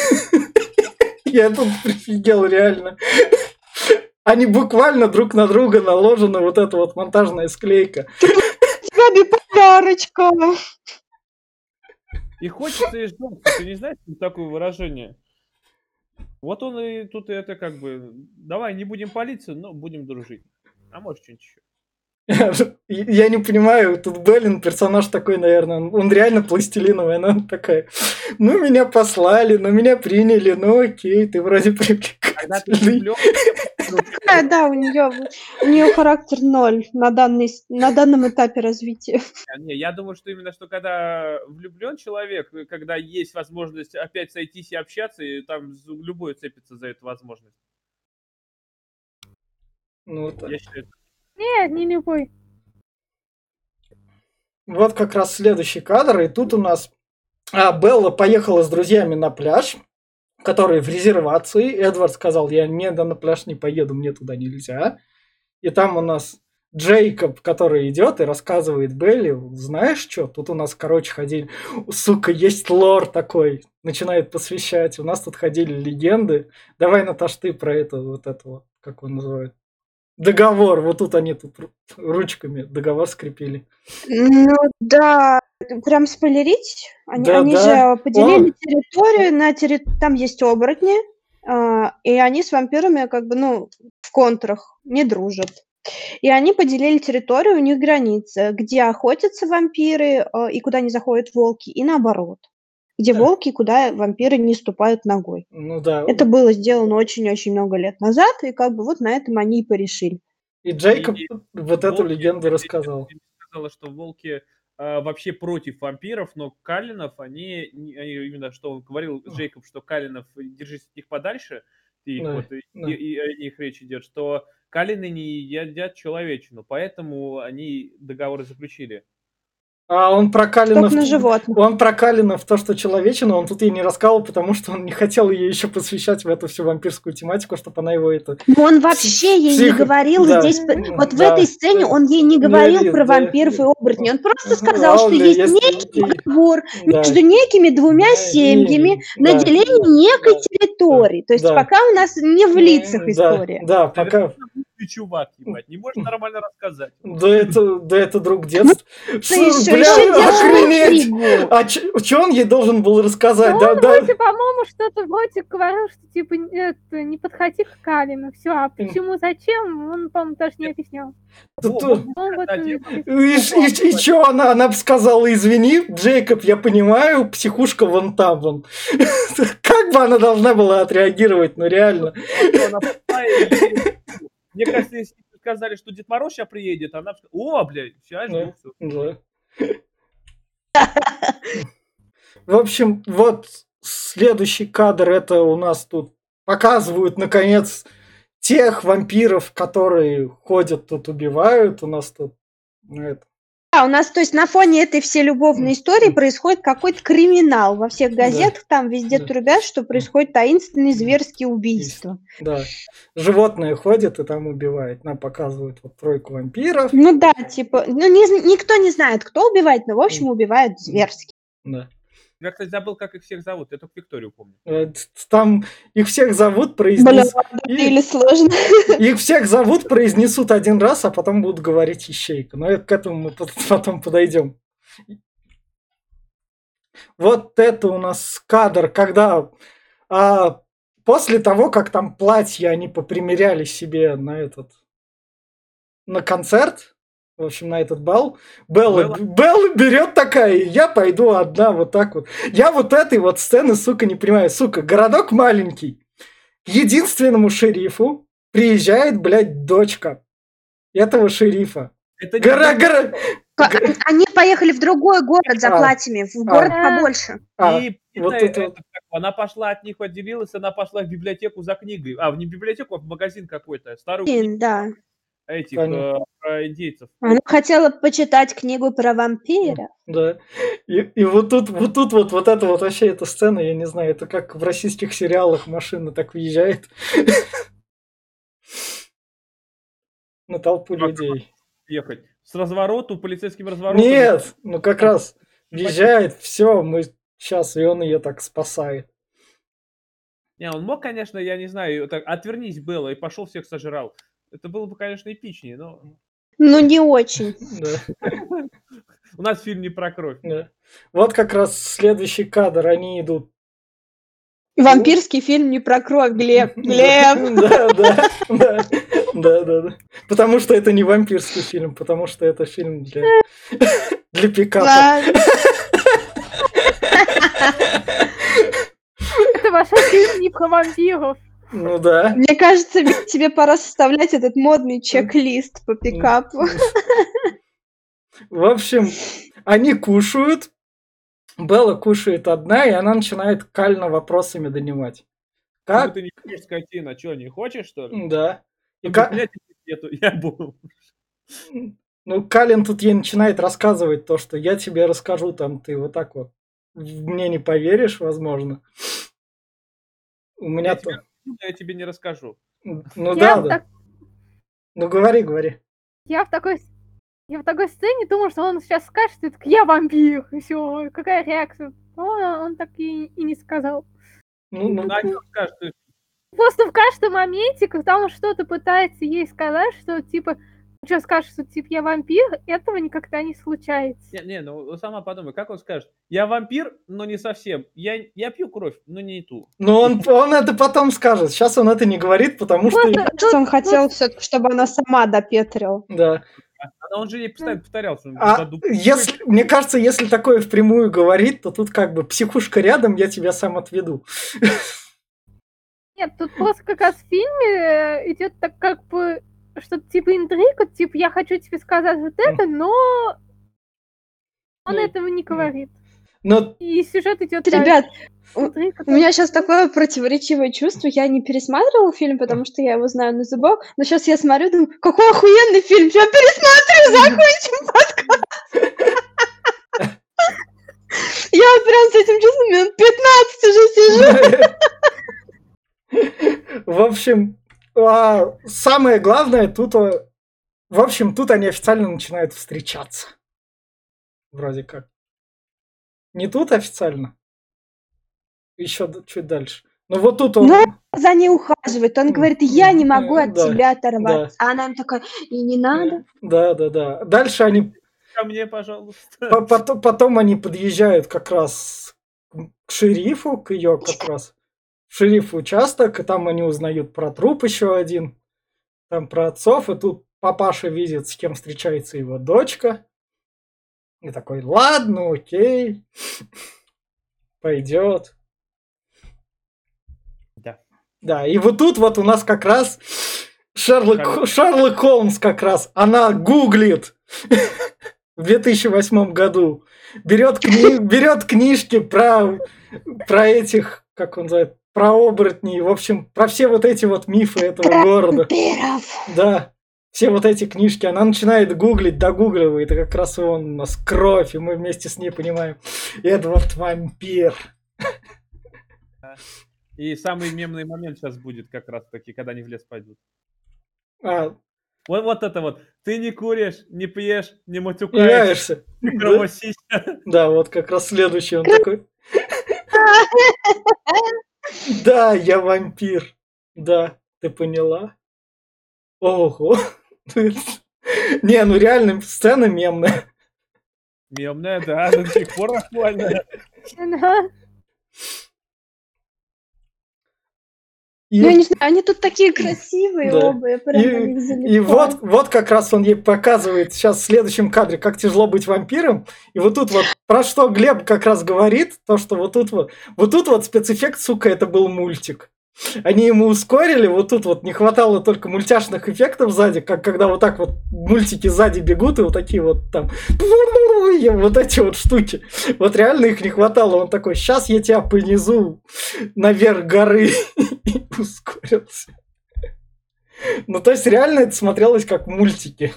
Я тут прифигел реально. Они буквально друг на друга наложены, вот эта вот монтажная склейка. У тебя биполярочка. И хочется и ждать. Ты не знаешь такое выражение? Вот он и тут это как бы... Давай не будем палиться, но будем дружить. А может что-нибудь еще. Я не понимаю, тут Беллин персонаж такой, наверное, он реально пластилиновый, она такая: ну, меня послали, ну, меня приняли, ну, окей, ты вроде привлекательный. Да, у нее характер 0 на данном этапе развития. Не, я думаю, что именно что когда влюблен человек, когда есть возможность опять сойтись и общаться, и там любой цепится за эту возможность. Ну, так. Я считаю, Нет, не любой. Вот как раз следующий кадр, и тут у нас Белла поехала с друзьями на пляж, который в резервации. Эдвард сказал: я на пляж не поеду, мне туда нельзя. И там у нас Джейкоб, который идет и рассказывает Белле: знаешь что, тут у нас, ходили, сука, есть лор такой, начинает посвящать, у нас тут ходили легенды. Давай, Наташ, ты про это, как он называет? Договор, вот тут они ручками договор скрепили. Ну да, прям спойлерить. Они же поделили территорию, там есть оборотни, и они с вампирами как бы, в контрах не дружат. И они поделили территорию, у них границы, где охотятся вампиры и куда не заходят волки, и наоборот. Где волки, куда вампиры не ступают ногой. Ну да. Это было сделано очень-очень много лет назад, и как бы вот на этом они и порешили. И Джейкоб вот эту легенду рассказал. Сказала, что волки вообще против вампиров, но Калинов, они именно, что он говорил, Джейкоб, что Калинов, держись от них подальше, и о них речь идет, что Калины не едят человечину, поэтому они договоры заключили. А он про Калинов... на животных. Он про Калинов то, что человечина, он тут ей не рассказывал, потому что он не хотел ее еще посвящать в эту всю вампирскую тематику, чтобы она его это... Он вообще ей не говорил здесь... Вот в этой сцене он ей не говорил про вампиров и оборотней. Он просто сказал, что есть некий договор между некими двумя семьями на деление некой территории. То есть пока у нас не в лицах история. Да, пока... ты чувак, ебать, не можешь нормально рассказать. Да это друг детства. еще Бля, охренеть! интригу. А что он ей должен был рассказать? Ну, Да, он да. вроде, по-моему, что-то вроде говорил, что типа не подходи к Калину. Все, а почему, зачем, он, по-моему, даже не объяснял. Тут- Он в Да, этом девушка. И что она бы сказала, извини, Джейкоб, я понимаю, психушка вон там вон. Как бы она должна была отреагировать, ну реально. Она пошла и- Мне кажется, если бы сказали, что Дед Мороз сейчас приедет, она бы сказала, о, блядь, сейчас жду. всё». Да. В общем, вот следующий кадр, это у нас тут показывают, наконец, тех вампиров, которые ходят тут, убивают. У нас тут это, Да, у нас, то есть, на фоне этой всей любовной истории происходит какой-то криминал. Во всех газетах там везде Да. трубят, что происходят таинственные зверские убийства. да, животное ходит и там убивает. Нам показывают вот тройку вампиров. Ну да, типа, никто не знает, кто убивает, но, в общем, убивают зверски. Да. Я, кстати, забыл, как их всех зовут. Я только Викторию помню. Там их всех зовут, Бля, или сложно. Их всех зовут, произнесут один раз, а потом будут говорить ищейка. Но к этому мы потом подойдем. Вот это у нас кадр, когда после того, как там платья они попримеряли себе на концерт, в общем, на этот бал, Белла берет такая, я пойду одна вот так вот. Я вот этой вот сцены, сука, не понимаю. Сука, городок маленький. К единственному шерифу приезжает, блядь, дочка этого шерифа. Это не Они поехали в другой город за платьями, в город побольше. И вот это, это- она пошла от них, отделилась, она пошла в библиотеку за книгой. Не в библиотеку, а в магазин какой-то. Старую книгу Да. этих Понятно. про индейцев. Она хотела почитать книгу про вампира. Да. И вот тут вот это вот вообще эта сцена, я не знаю, это как в российских сериалах машина так въезжает на толпу людей. Ехать. С развороту, полицейским разворотом. Нет, ну как раз въезжает, все, мы сейчас, и он ее так спасает. Не, он мог, конечно, я не знаю, так, отвернись, Белла, и пошел всех сожрал. Это было бы, конечно, эпичнее, но Ну, не очень. Да, у нас фильм не про кровь. да. Вот как раз следующий кадр, они идут. Вампирский фильм не про кровь, Глеб. Глеб! Да. Потому что это не вампирский фильм, потому что это фильм для пикапа. Ладно. Это ваш фильм не про вампиров. Ну да. Мне кажется, тебе пора составлять этот модный чек-лист по пикапу. В общем, они кушают. Белла кушает одна, и она начинает Калина вопросами донимать. Как Как? ты не хочешь, скотина? Что, не хочешь, что ли? Да. И Блядь, нету, я буду. Ну, Калин тут ей начинает рассказывать то, что я тебе расскажу, там, ты вот так вот мне не поверишь, возможно. У меня Я тебе не расскажу. Ну Я да. Ну говори. Я в такой сцене думаю, что он сейчас скажет, и так, я вампир, и все, какая реакция. Но он так и не сказал. Ну, А что скажешь? Ты Просто в каждом моменте, когда он что-то пытается ей сказать, что типа, что скажешь, что типа я вампир, этого никогда не случается. ну сама подумай, как он скажет? Я вампир, но не совсем. Я пью кровь, но не ту. ну он это потом скажет. Сейчас он это не говорит, потому что... Что он хотел все-таки, чтобы она сама допетрила. Да. Он же ей постоянно повторял, что Мне кажется, если такое впрямую говорит, то тут как бы психушка рядом, я тебя сам отведу. Нет, тут просто как раз в фильме идет так как бы что-то типа интрига, типа я хочу тебе сказать вот это, но он этого не говорит. Но И сюжет идет Ребят, дальше. у меня сейчас такое противоречивое чувство. Я не пересматривала фильм, потому что я его знаю на зубок. Но сейчас я смотрю, думаю, какой охуенный фильм. Сейчас пересматриваю, закончим подкаст. Я вот прям с этим чувством минут 15 уже сижу. в общем, самое главное тут... В общем, тут они официально начинают встречаться. Вроде как. Не тут официально. Еще чуть дальше. Ну вот тут Но он... он за ней ухаживает. Он говорит, я не могу от Да, тебя да. оторваться. А она ему такая, и не надо. Да. Дальше они... Ко мне, пожалуйста. Потом они подъезжают как раз к шерифу, к ее как раз. В шериф участок, и там они узнают про труп еще один. Там про отцов, и тут папаша видит, с кем встречается его дочка. И такой, ладно, окей, пойдет. Да. Да, и вот тут вот у нас как раз Шерлок Холмс как раз, она гуглит в 2008 году, берет книжки про этих, как он называет, про оборотней, в общем, про все вот эти вот мифы этого города. Вампиров. Да, все вот эти книжки, она начинает гуглить, догугливает, и как раз он у нас кровь, и мы вместе с ней понимаем, Эдвард вампир. И самый мемный момент сейчас будет как раз таки, когда они в лес пойдут. А, Вот это вот. Ты не куришь, не пьешь, не матюкаешься, Яешься. не Да? кровосися. Да, вот как раз следующий он такой. Да, я вампир. Да, ты поняла? Ого. Не, ну реально сцена мемная. Мемная, да, до сих пор актуальная. Да. И, Ну, я не знаю, они тут такие красивые Да. оба, я прям на них залипаю. и вот как раз он ей показывает сейчас в следующем кадре, как тяжело быть вампиром. И вот тут вот про что Глеб как раз говорит, то, что вот тут вот спецэффект, сука, это был мультик. Они ему ускорили, вот тут вот не хватало только мультяшных эффектов сзади, как когда вот так вот мультики сзади бегут, и вот такие вот там вот эти вот штуки. Вот реально их не хватало. Он такой, сейчас я тебя понизу наверх горы. И ускорился. Ну, то есть реально это смотрелось как мультики.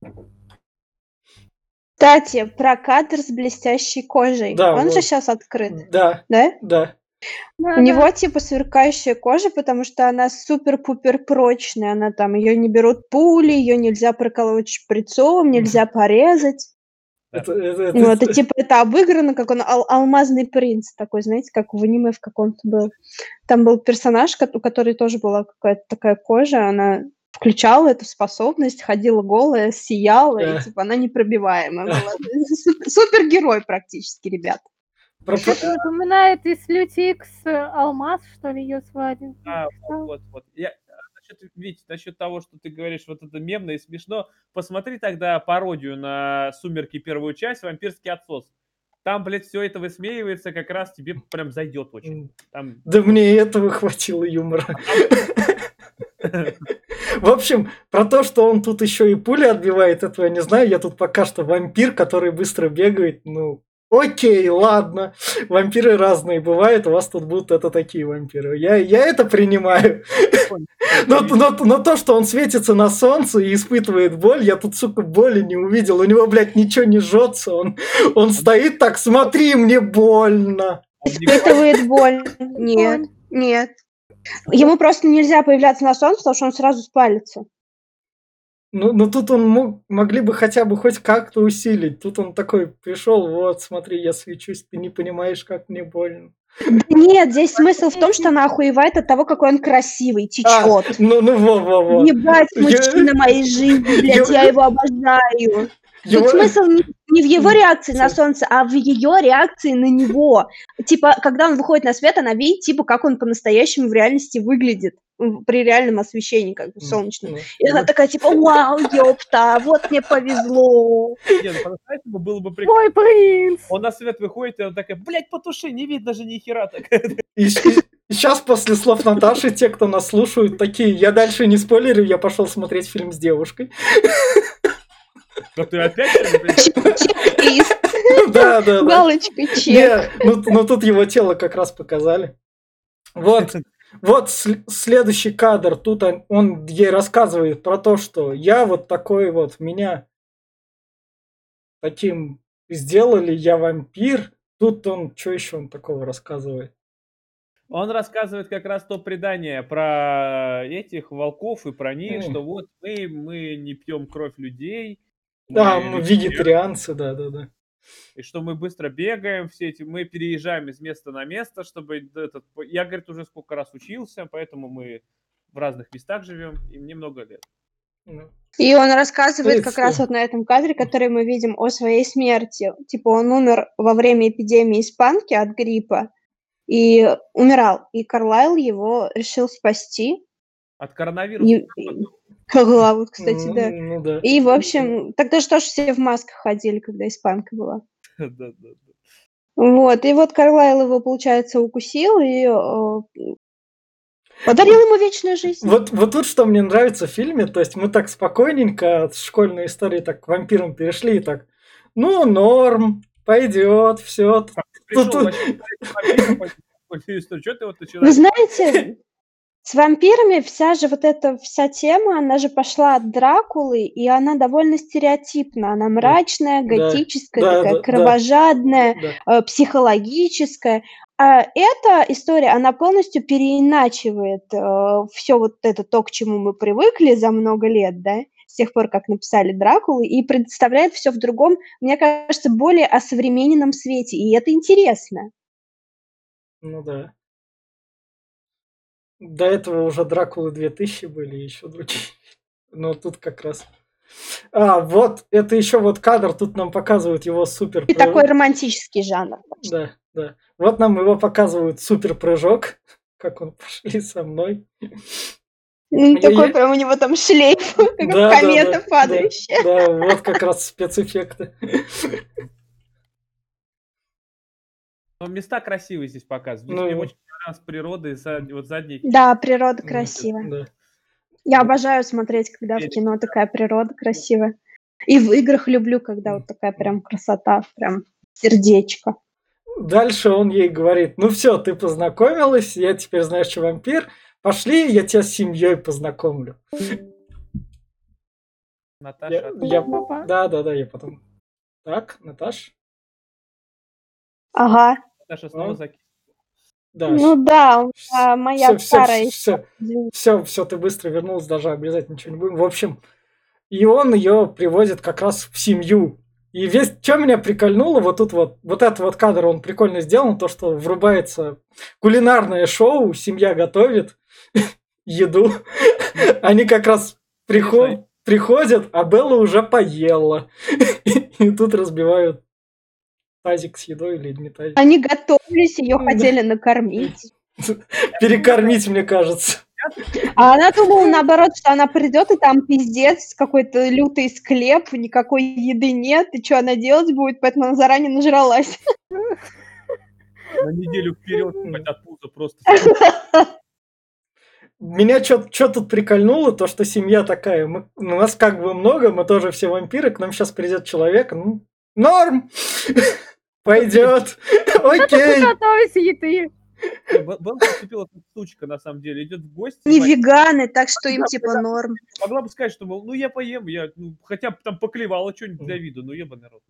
Кстати, про кадр с блестящей кожей. Да, Он вот. же сейчас открыт, Да, да? да. Да, У него типа сверкающая кожа, потому что она супер-пупер прочная. Она там, ее не берут пули, ее нельзя проколоть шприцом, нельзя порезать. Вот, и типа это обыграно, как он алмазный принц такой, знаете, как в аниме в каком-то был. Там был персонаж, у которой тоже была какая-то такая кожа, она включала эту способность, ходила голая, сияла, Да. и типа она непробиваемая была. Супергерой практически, ребят. Это напоминает из Люди Икс алмаз, что ли, ее свадьбу. А, вот. Насчет того, что ты говоришь, вот это мемно и смешно, посмотри тогда пародию на «Сумерки» первую часть «Вампирский отсос». Там, блядь, все это высмеивается, как раз тебе прям зайдет очень. Там... Да мне этого хватило юмора. В общем, про то, что он тут еще и пули отбивает, этого я не знаю. Я тут пока что вампир, который быстро бегает. Ну, окей, ладно. Вампиры разные бывают, у вас тут будут это такие вампиры. Я это принимаю. Но то, что он светится на солнце и испытывает боль, я тут, сука, боли не увидел. У него, блядь, ничего не жжется. Он стоит так, смотри, мне больно. Испытывает боль. Нет. Ему просто нельзя появляться на солнце, потому что он сразу спалится. Ну тут он могли бы хотя бы хоть как-то усилить. Тут он такой пришел, вот, смотри, я свечусь, ты не понимаешь, как мне больно. Нет, здесь смысл в том, что она охуевает от того, какой он красивый, течет. Во. Ебать, мужчина моей жизни, блядь, я его обожаю. Тут смысл не в его реакции на солнце, а в ее реакции на него. Типа, когда он выходит на свет, она видит, типа, как он по-настоящему в реальности выглядит при реальном освещении, как бы, солнечном. И она такая, типа, вау, ёпта, вот мне повезло. Нет, по-настоящему было бы прикольно. Мой принц! Он на свет выходит, и он такая, блядь, потуши, не видно же ни хера так. И сейчас после слов Наташи, те, кто нас слушают, такие, я дальше не спойлерю, я пошел смотреть фильм с девушкой. Да ты опять? Да. Галочка, чек. Ну тут его тело как раз показали. Вот следующий кадр. Тут он ей рассказывает про то, что я вот такой вот, меня таким сделали, я вампир. Тут он, что еще он такого рассказывает? Он рассказывает как раз то предание про этих волков и про них, что вот мы не пьем кровь людей. Да, мы вегетарианцы, да. и что мы быстро бегаем, мы переезжаем из места на место, чтобы я, говорит, уже сколько раз учился, поэтому мы в разных местах живем, и мне много лет. И он рассказывает как раз вот на этом кадре, который мы видим, о своей смерти. Типа он умер во время эпидемии испанки от гриппа и умирал. И Карлайл его решил спасти. От коронавируса. Вот, кстати, да. И, в общем, тогда же тоже все в масках ходили, когда испанка была. Да. Вот, и вот Карлайл его, получается, укусил и подарил ему вечную жизнь. Вот тут что мне нравится в фильме, то есть мы так спокойненько от школьной истории так к вампирам перешли и так, ну, норм, пойдет, все. Вы знаете, с вампирами вся тема, она же пошла от Дракулы, и она довольно стереотипна. Она мрачная, готическая, такая кровожадная, психологическая. А эта история, она полностью переиначивает все вот это, то, к чему мы привыкли за много лет, да, с тех пор, как написали Дракулу, и представляет все в другом, мне кажется, более осовремененном свете, и это интересно. Ну да. До этого уже Дракулы 2000 были, еще другие. Но тут как раз... вот, это еще вот кадр, тут нам показывают его супер... И такой романтический жанр. Да. Вот нам его показывают супер прыжок, как он пошли со мной. Такой прям у него там шлейф, как комета падающая. Да, вот как раз спецэффекты. Но места красивые здесь показывают. Мне очень понравилась природа, вот задний. Да, природа красивая. Да. Я обожаю смотреть, когда в кино такая природа красивая. И в играх люблю, когда вот такая прям красота, прям сердечко. Дальше он ей говорит, ну все, ты познакомилась, я теперь знаю, что вампир, пошли, я тебя с семьей познакомлю. Наташа. Да, я потом. Так, Наташ? Ага. Наташа снова закинула. Да. Ну да, моя старая. Все, ты быстро вернулась, даже обрезать ничего не будем. В общем, и он ее привозит как раз в семью. И что меня прикольнуло, вот тут вот этот вот кадр, он прикольно сделан, то, что врубается кулинарное шоу, семья готовит еду. Они как раз приходят, а Белла уже поела. И тут разбивают тазик с едой или не тазик. Они готовились, ее хотели накормить. Перекормить, мне кажется. А она думала, наоборот, что она придет, и там пиздец, какой-то лютый склеп, никакой еды нет, и что она делать будет, поэтому она заранее нажралась. На неделю вперед от пуза просто. Меня что тут прикольнуло, то, что семья такая, у нас как бы много, мы тоже все вампиры, к нам сейчас придет человек, ну, норм, пойдет, окей. Готовить еды. Белла поступила как сучка, на самом деле, идет в гости. Не веганы, так что им типа норм. Могла бы сказать, что, мол, ну я поем, хотя бы там поклевала что-нибудь для виду, ну ебаный рот.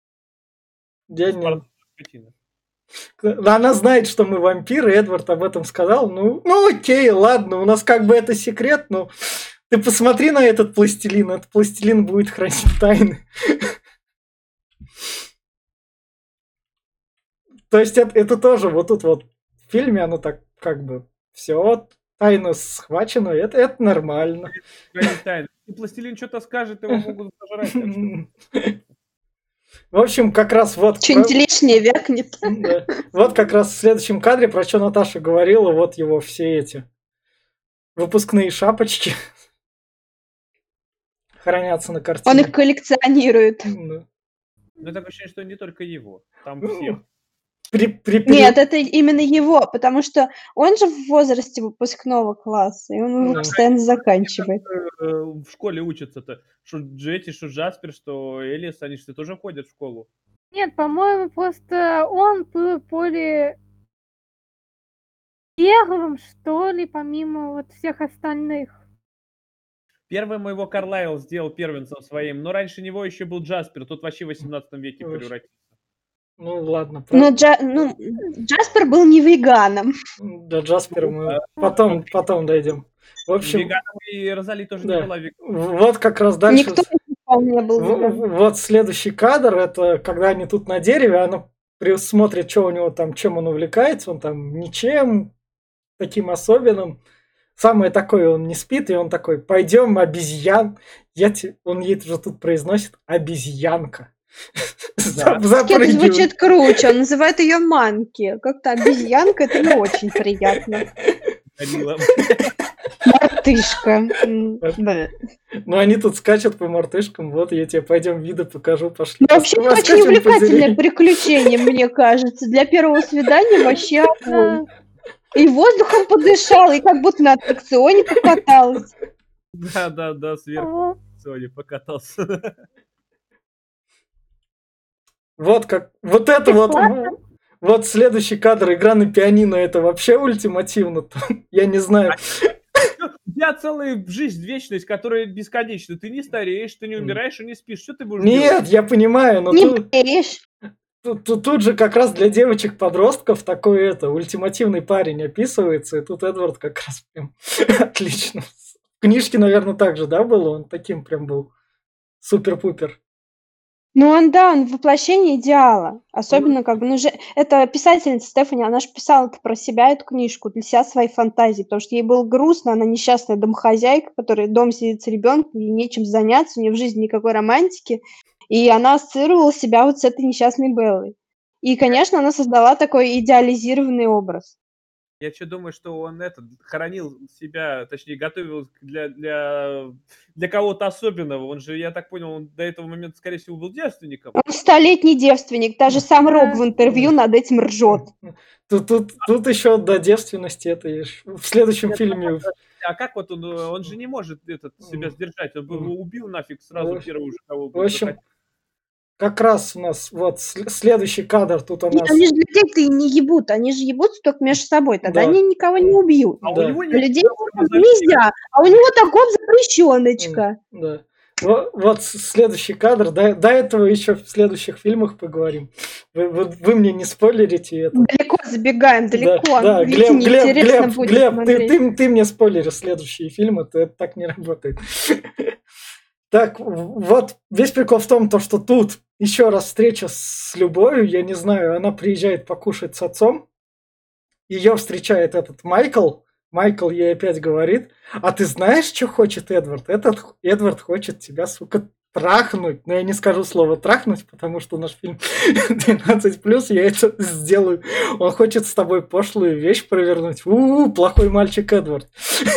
Она знает, что мы вампиры, Эдвард об этом сказал, ну окей, ладно, у нас как бы это секрет, но ты посмотри на этот пластилин будет хранить тайны. То есть это тоже вот тут вот в фильме оно так как бы все, тайна схвачена, это нормально. И пластилин что-то скажет, его могут сожрать. В общем, как раз вот... Что-нибудь лишнее вякнет. Да. Вот как раз в следующем кадре, про что Наташа говорила, вот его все эти выпускные шапочки хранятся на картине. Он их коллекционирует. Ну, такое ощущение, что не только его, там всех. Нет, это именно его, потому что он же в возрасте выпускного класса, и он его постоянно заканчивает. В школе учатся-то, что Джетти, что Джаспер, что Элис, они же тоже ходят в школу. Нет, по-моему, просто он был более первым, что ли, помимо вот всех остальных. Первым его Карлайл сделал первенцем своим, но раньше него еще был Джаспер, тут вообще в 18 веке превратился. Ну ладно. Ну, Джаспер был не веганом. До Джаспера мы потом дойдем. В общем, веганом и Розали тоже не была веганом. Вот как раз дальше. Никто не А у меня был выбор. Вот следующий кадр, это когда они тут на дереве, она смотрит, что у него там, чем он увлекается, он там ничем таким особенным. Самое такое, он не спит, и он такой, пойдем, обезьян. Он ей же тут произносит обезьянка. Да. Это Запрыгивает. звучит круче. Он называет ее манки. Как-то обезьянка, это не очень приятно. Горилла. Мартышка. Да. Ну, они тут скачут по мартышкам, вот я тебе пойдем виды покажу, пошли. Ну, вообще, это очень Поскачем по увлекательное деревьям. приключение, мне кажется. Для первого свидания вообще огонь. Да. И воздухом подышала, и как будто на аттракционе покаталась. Да, сверху О, Соня покатался. Вот как, вот это вот, Классно. вот следующий кадр, игра на пианино, это вообще ультимативно, я не знаю. У тебя целая жизнь, вечность, которая бесконечна. Ты не стареешь, ты не умираешь и не спишь. Что ты будешь делать? Нет, я понимаю, но Не бреешь. тут же как раз для девочек-подростков такой ультимативный парень описывается, и тут Эдвард как раз прям отлично. В книжке, наверное, так же, да, было? Он таким прям был супер-пупер. Ну, он воплощение идеала. Особенно, как бы, это писательница Стефани, она же писала про себя эту книжку, для себя свои фантазии, потому что ей было грустно, она несчастная домохозяйка, которая дома сидит с ребенком, ей нечем заняться, у нее в жизни никакой романтики, и она ассоциировала себя вот с этой несчастной Беллой. И, конечно, она создала такой идеализированный образ. Я что думаю, что он хоронил себя, точнее, готовил для кого-то особенного. Он же, я так понял, он до этого момента, скорее всего, был девственником. Он столетний девственник, даже сам Роб в интервью над этим ржет. Тут еще до девственности это в следующем фильме. А как вот он же не может себя сдержать, он бы его убил нафиг сразу первого же, кого В бы общем, захотел. как раз у нас вот следующий кадр, тут у нас... Они же людей-то и не ебут, они же ебутся только между собой, тогда Да. они никого не убьют. А у Да. него А нет людей никакого нельзя, а у него такой запрещеночка. Да. Вот следующий кадр. До этого еще в следующих фильмах поговорим. Вы мне не спойлерите это. Далеко забегаем, далеко. Да, Видите, неинтересно будет Глеб, смотреть. ты мне спойлеришь следующие фильмы, это так не работает. Так, вот весь прикол в том, что тут еще раз встреча с любовью, я не знаю, она приезжает покушать с отцом, ее встречает этот Майкл ей опять говорит, а ты знаешь, что хочет Эдвард? Эдвард хочет тебя, сука, трахнуть. Но я не скажу слово трахнуть, потому что наш фильм 12+, я это сделаю. Он хочет с тобой пошлую вещь провернуть. Плохой мальчик Эдвард.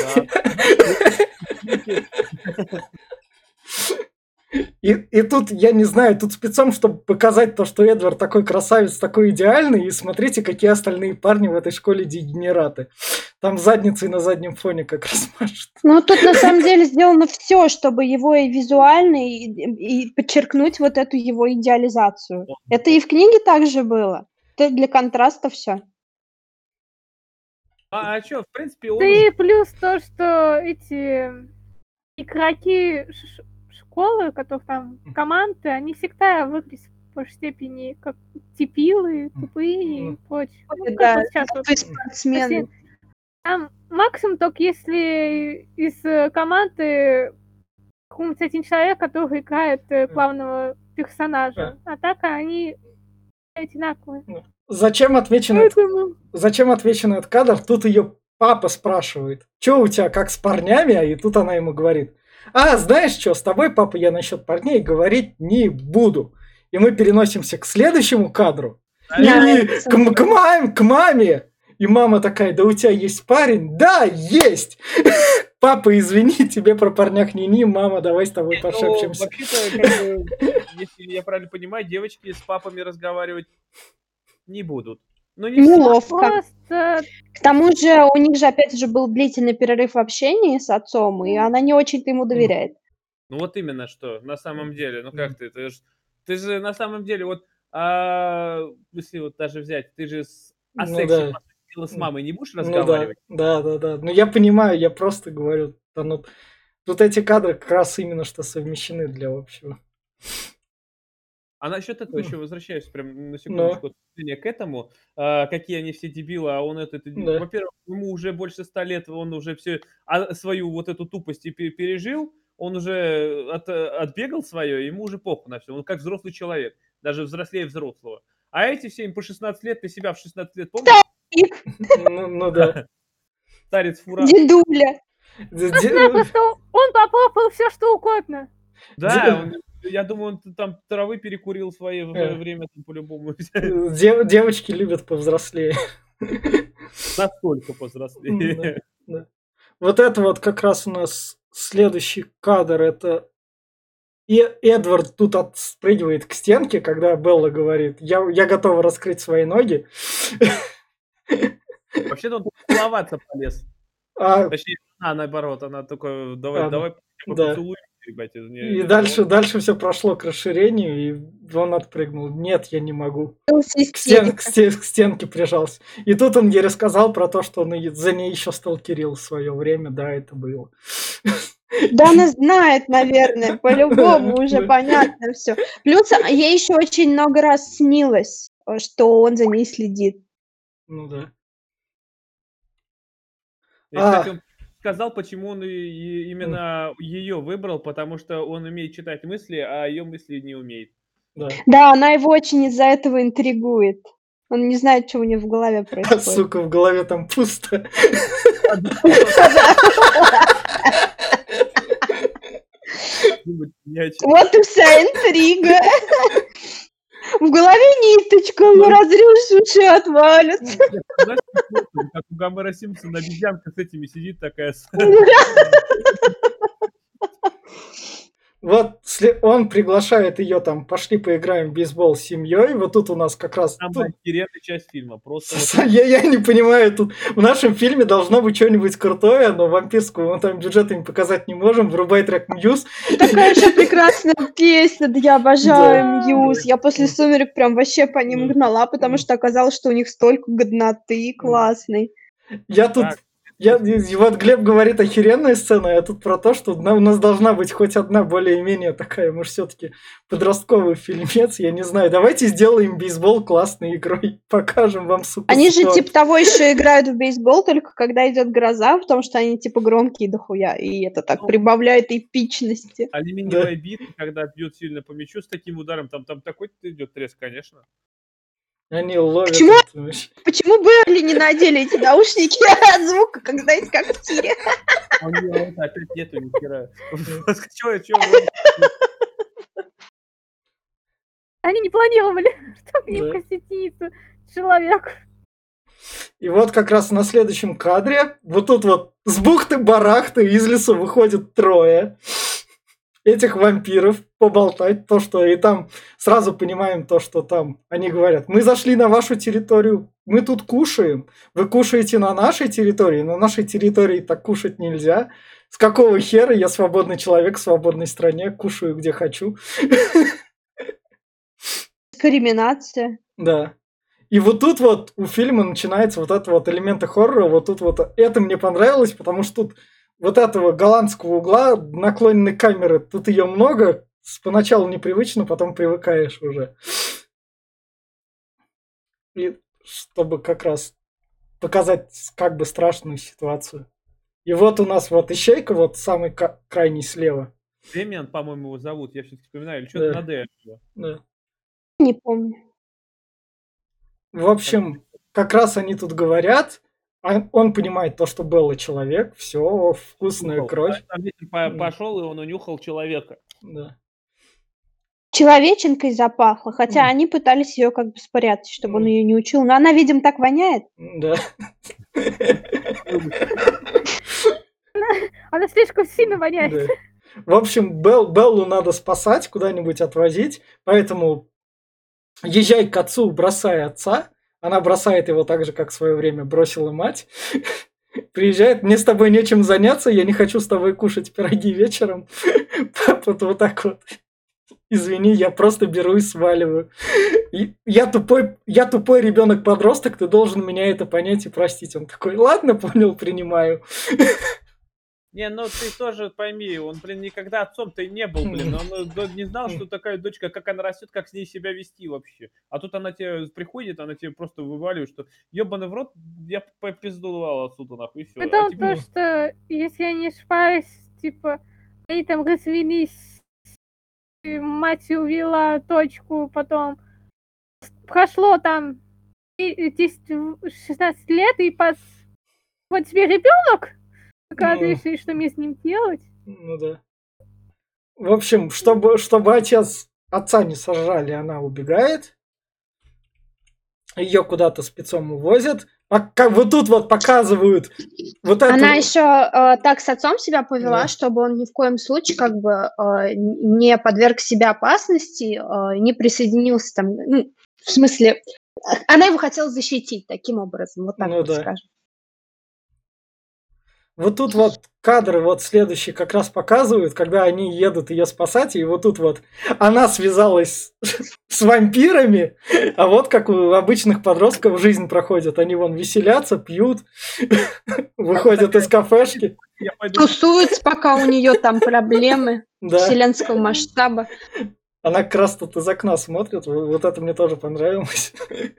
И тут, я не знаю, тут спецом, чтобы показать то, что Эдвард такой красавец, такой идеальный, и смотрите, какие остальные парни в этой школе дегенераты. Там задницей на заднем фоне как раз машут. Ну, тут на самом деле сделано все, чтобы его и визуально, и подчеркнуть вот эту его идеализацию. Это и в книге также было. Это для контраста все. А что, в принципе, он... Да и плюс то, что эти игроки школы, которых там команды, они всегда выглядят в большей степени как дебилы, тупые и прочее. Ну, как Да, вот сейчас вот. спортсмены. Там максимум только если из команды какой-нибудь один человек, который играет главного персонажа. А так они одинаковые. Зачем отмечен этот кадр? Тут ее папа спрашивает, что у тебя, как с парнями? И тут она ему говорит, знаешь что, с тобой, папа, я насчет парней говорить не буду. И мы переносимся к следующему кадру. К маме. И мама такая, да у тебя есть парень? Да, есть! Папа, извини, тебе про парнях не мама, давай с тобой пошепчемся. Вообще-то, если я правильно понимаю, девочки с папами разговаривать не будут. Неловко. К тому же у них же опять же был длительный перерыв в общении с отцом, и она не очень-то ему доверяет. Ну вот именно что, на самом деле, ну как ты же на самом деле, вот, если вот даже взять, ты же о сексе с мамой не будешь разговаривать? Да. Ну я понимаю, я просто говорю, тут эти кадры как раз именно что совмещены для общего. А насчет этого еще возвращаюсь прям на секундочку к этому, какие они все дебилы, а он во-первых, ему уже больше 100 лет, он уже все свою вот эту тупость пережил, он уже отбегал свое, ему уже похуй на все. Он как взрослый человек, даже взрослее взрослого. А эти все им по 16 лет, ты себя в 16 лет помнишь? Ну да. Старец фура. Дедуля. Просто он попробовал все, что угодно. Да, я думаю, он там травы перекурил в свое время там, по-любому. Девочки любят повзрослее. Настолько повзрослее. Да. Вот это вот как раз у нас следующий кадр. Это Эдвард тут отспрыгивает к стенке, когда Белла говорит: я готова раскрыть свои ноги. Вообще-то он целоваться полез. Точнее, наоборот, она такой: давай поцелуй. И дальше все прошло к расширению, и он отпрыгнул. Нет, я не могу. К стенке прижался. И тут он ей рассказал про то, что он за ней еще сталкерил в свое время. Да, это было. Да, она знает, наверное, по-любому уже понятно все. Плюс ей еще очень много раз снилось, что он за ней следит. Ну да. И, кстати, он сказал, почему он именно ее выбрал, потому что он умеет читать мысли, а ее мысли не умеет. Да, она его очень из-за этого интригует. Он не знает, что у нее в голове происходит. Сука, в голове там пусто. Вот и вся интрига. В голове ниточка, разрежешь, уши отвалятся. Как у Гомера Симпсона обезьянка с этими сидит такая. Вот он приглашает ее там: пошли поиграем в бейсбол с семьей. Вот тут у нас как раз... Самая охеренная часть фильма. Просто я не понимаю, тут в нашем фильме должно быть что-нибудь крутое, но вампирскую мы там бюджетами показать не можем. Врубай трек Мьюз. Такая же прекрасная песня, да, я обожаю Мьюз. Я после «Сумерек» прям вообще по ним гнала, потому что оказалось, что у них столько годноты классной. Вот Глеб говорит: охеренная сцена, а тут про то, что у нас должна быть хоть одна более-менее такая, мы же все-таки подростковый фильмец, я не знаю. Давайте сделаем бейсбол классной игрой, покажем вам, сука. Они же типа того еще играют в бейсбол, только когда идет гроза, потому что они типа громкие дохуя, и это так прибавляет эпичности. Алюминиевая бита, когда бьет сильно по мячу с таким ударом, там такой идет треск, конечно. Они ловят. Почему Берли не надели эти наушники от звука, когда есть как в тире? Опять нету ни хера. Они не планировали, что к ним присоединится человек. И вот как раз на следующем кадре, вот тут вот с бухты-барахты из лесу выходит трое этих вампиров поболтать, то, что и там сразу понимаем то, что там они говорят: мы зашли на вашу территорию, мы тут кушаем, вы кушаете на нашей территории так кушать нельзя. С какого хера я свободный человек в свободной стране, кушаю где хочу. Дискриминация. Да. И вот тут вот у фильма начинается вот это вот элементы хоррора, вот тут вот это мне понравилось, потому что тут вот этого голландского угла, наклоненной камеры, тут ее много, поначалу непривычно, потом привыкаешь уже. И чтобы как раз показать как бы страшную ситуацию. И вот у нас вот ищейка, вот самый крайний слева. Дэмиан, по-моему, его зовут, я все-таки вспоминаю, или что-то на Д. Да. Не помню. В общем, как раз они тут говорят, он понимает то, что Белла человек, все, вкусная кровь. Пошел, и он унюхал человека. Да. Человеченкой запахло, хотя они пытались ее как бы спрятать, чтобы он ее не учил, но она, видимо, так воняет. Да. Она слишком сильно воняет. В общем, Беллу надо спасать, куда-нибудь отвозить, поэтому езжай к отцу, бросай отца. Она бросает его так же, как в свое время бросила мать. Приезжает: мне с тобой нечем заняться, я не хочу с тобой кушать пироги вечером. Вот так вот. Извини, я просто беру и сваливаю. Я тупой ребенок-подросток, ты должен меня это понять и простить. Он такой: ладно, понял, принимаю. Не, ну ты тоже пойми, он, никогда отцом-то и не был, он не знал, что такая дочка, как она растет, как с ней себя вести вообще. А тут она тебе приходит, она тебе просто вываливает, что ебаный в рот, я попиздувал отсюда, нахуй, и все. Это то, что, если я не ошибаюсь, типа, они там развелись, мать увела дочку, потом прошло там 10-16 лет, и вот тебе ребенок, оказывается, и что мне с ним делать? Ну да. В общем, чтобы отца не сожрали, она убегает. Ее куда-то спецом увозят. Вот тут вот показывают вот это. Она еще так с отцом себя повела, Да. чтобы он ни в коем случае как бы не подверг себя опасности, не присоединился там, ну, в смысле, она его хотела защитить таким образом, вот так Ну вот да. скажем. Вот тут вот кадры вот следующие как раз показывают, когда они едут ее спасать, и вот тут вот она связалась с вампирами, а вот как у обычных подростков жизнь проходит. Они вон веселятся, пьют, выходят из кафешки. Я пойду. Тусуется, пока у нее там проблемы Да. вселенского масштаба. Она как раз тут из окна смотрит, вот это мне тоже понравилось.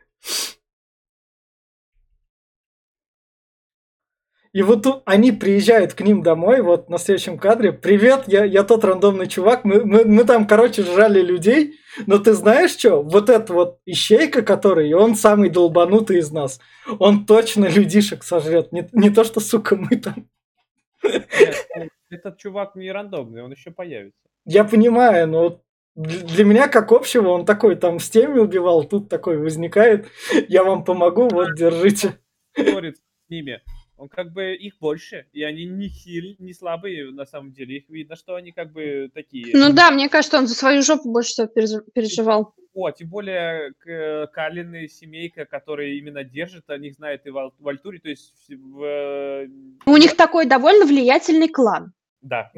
И вот тут они приезжают к ним домой, вот на следующем кадре. Привет, я тот рандомный чувак. Мы там, короче, жрали людей. Но ты знаешь что? Вот этот вот ищейка, который, он самый долбанутый из нас. Он точно людишек сожрет. Не то, что, сука, мы там. Нет, этот чувак не рандомный, он еще появится. Я понимаю, но для меня, как общего, он такой там с теми убивал, тут такой возникает. Я вам помогу, вот, держите. Спорит с ними. Он как бы их больше, и они не слабые на самом деле. Их видно, что они как бы такие. Ну да, мне кажется, он за свою жопу больше всего переживал. Вот, тем более Калин и семейка, которая именно держит, о них знает и в Альтуре, то есть У них такой довольно влиятельный клан. да.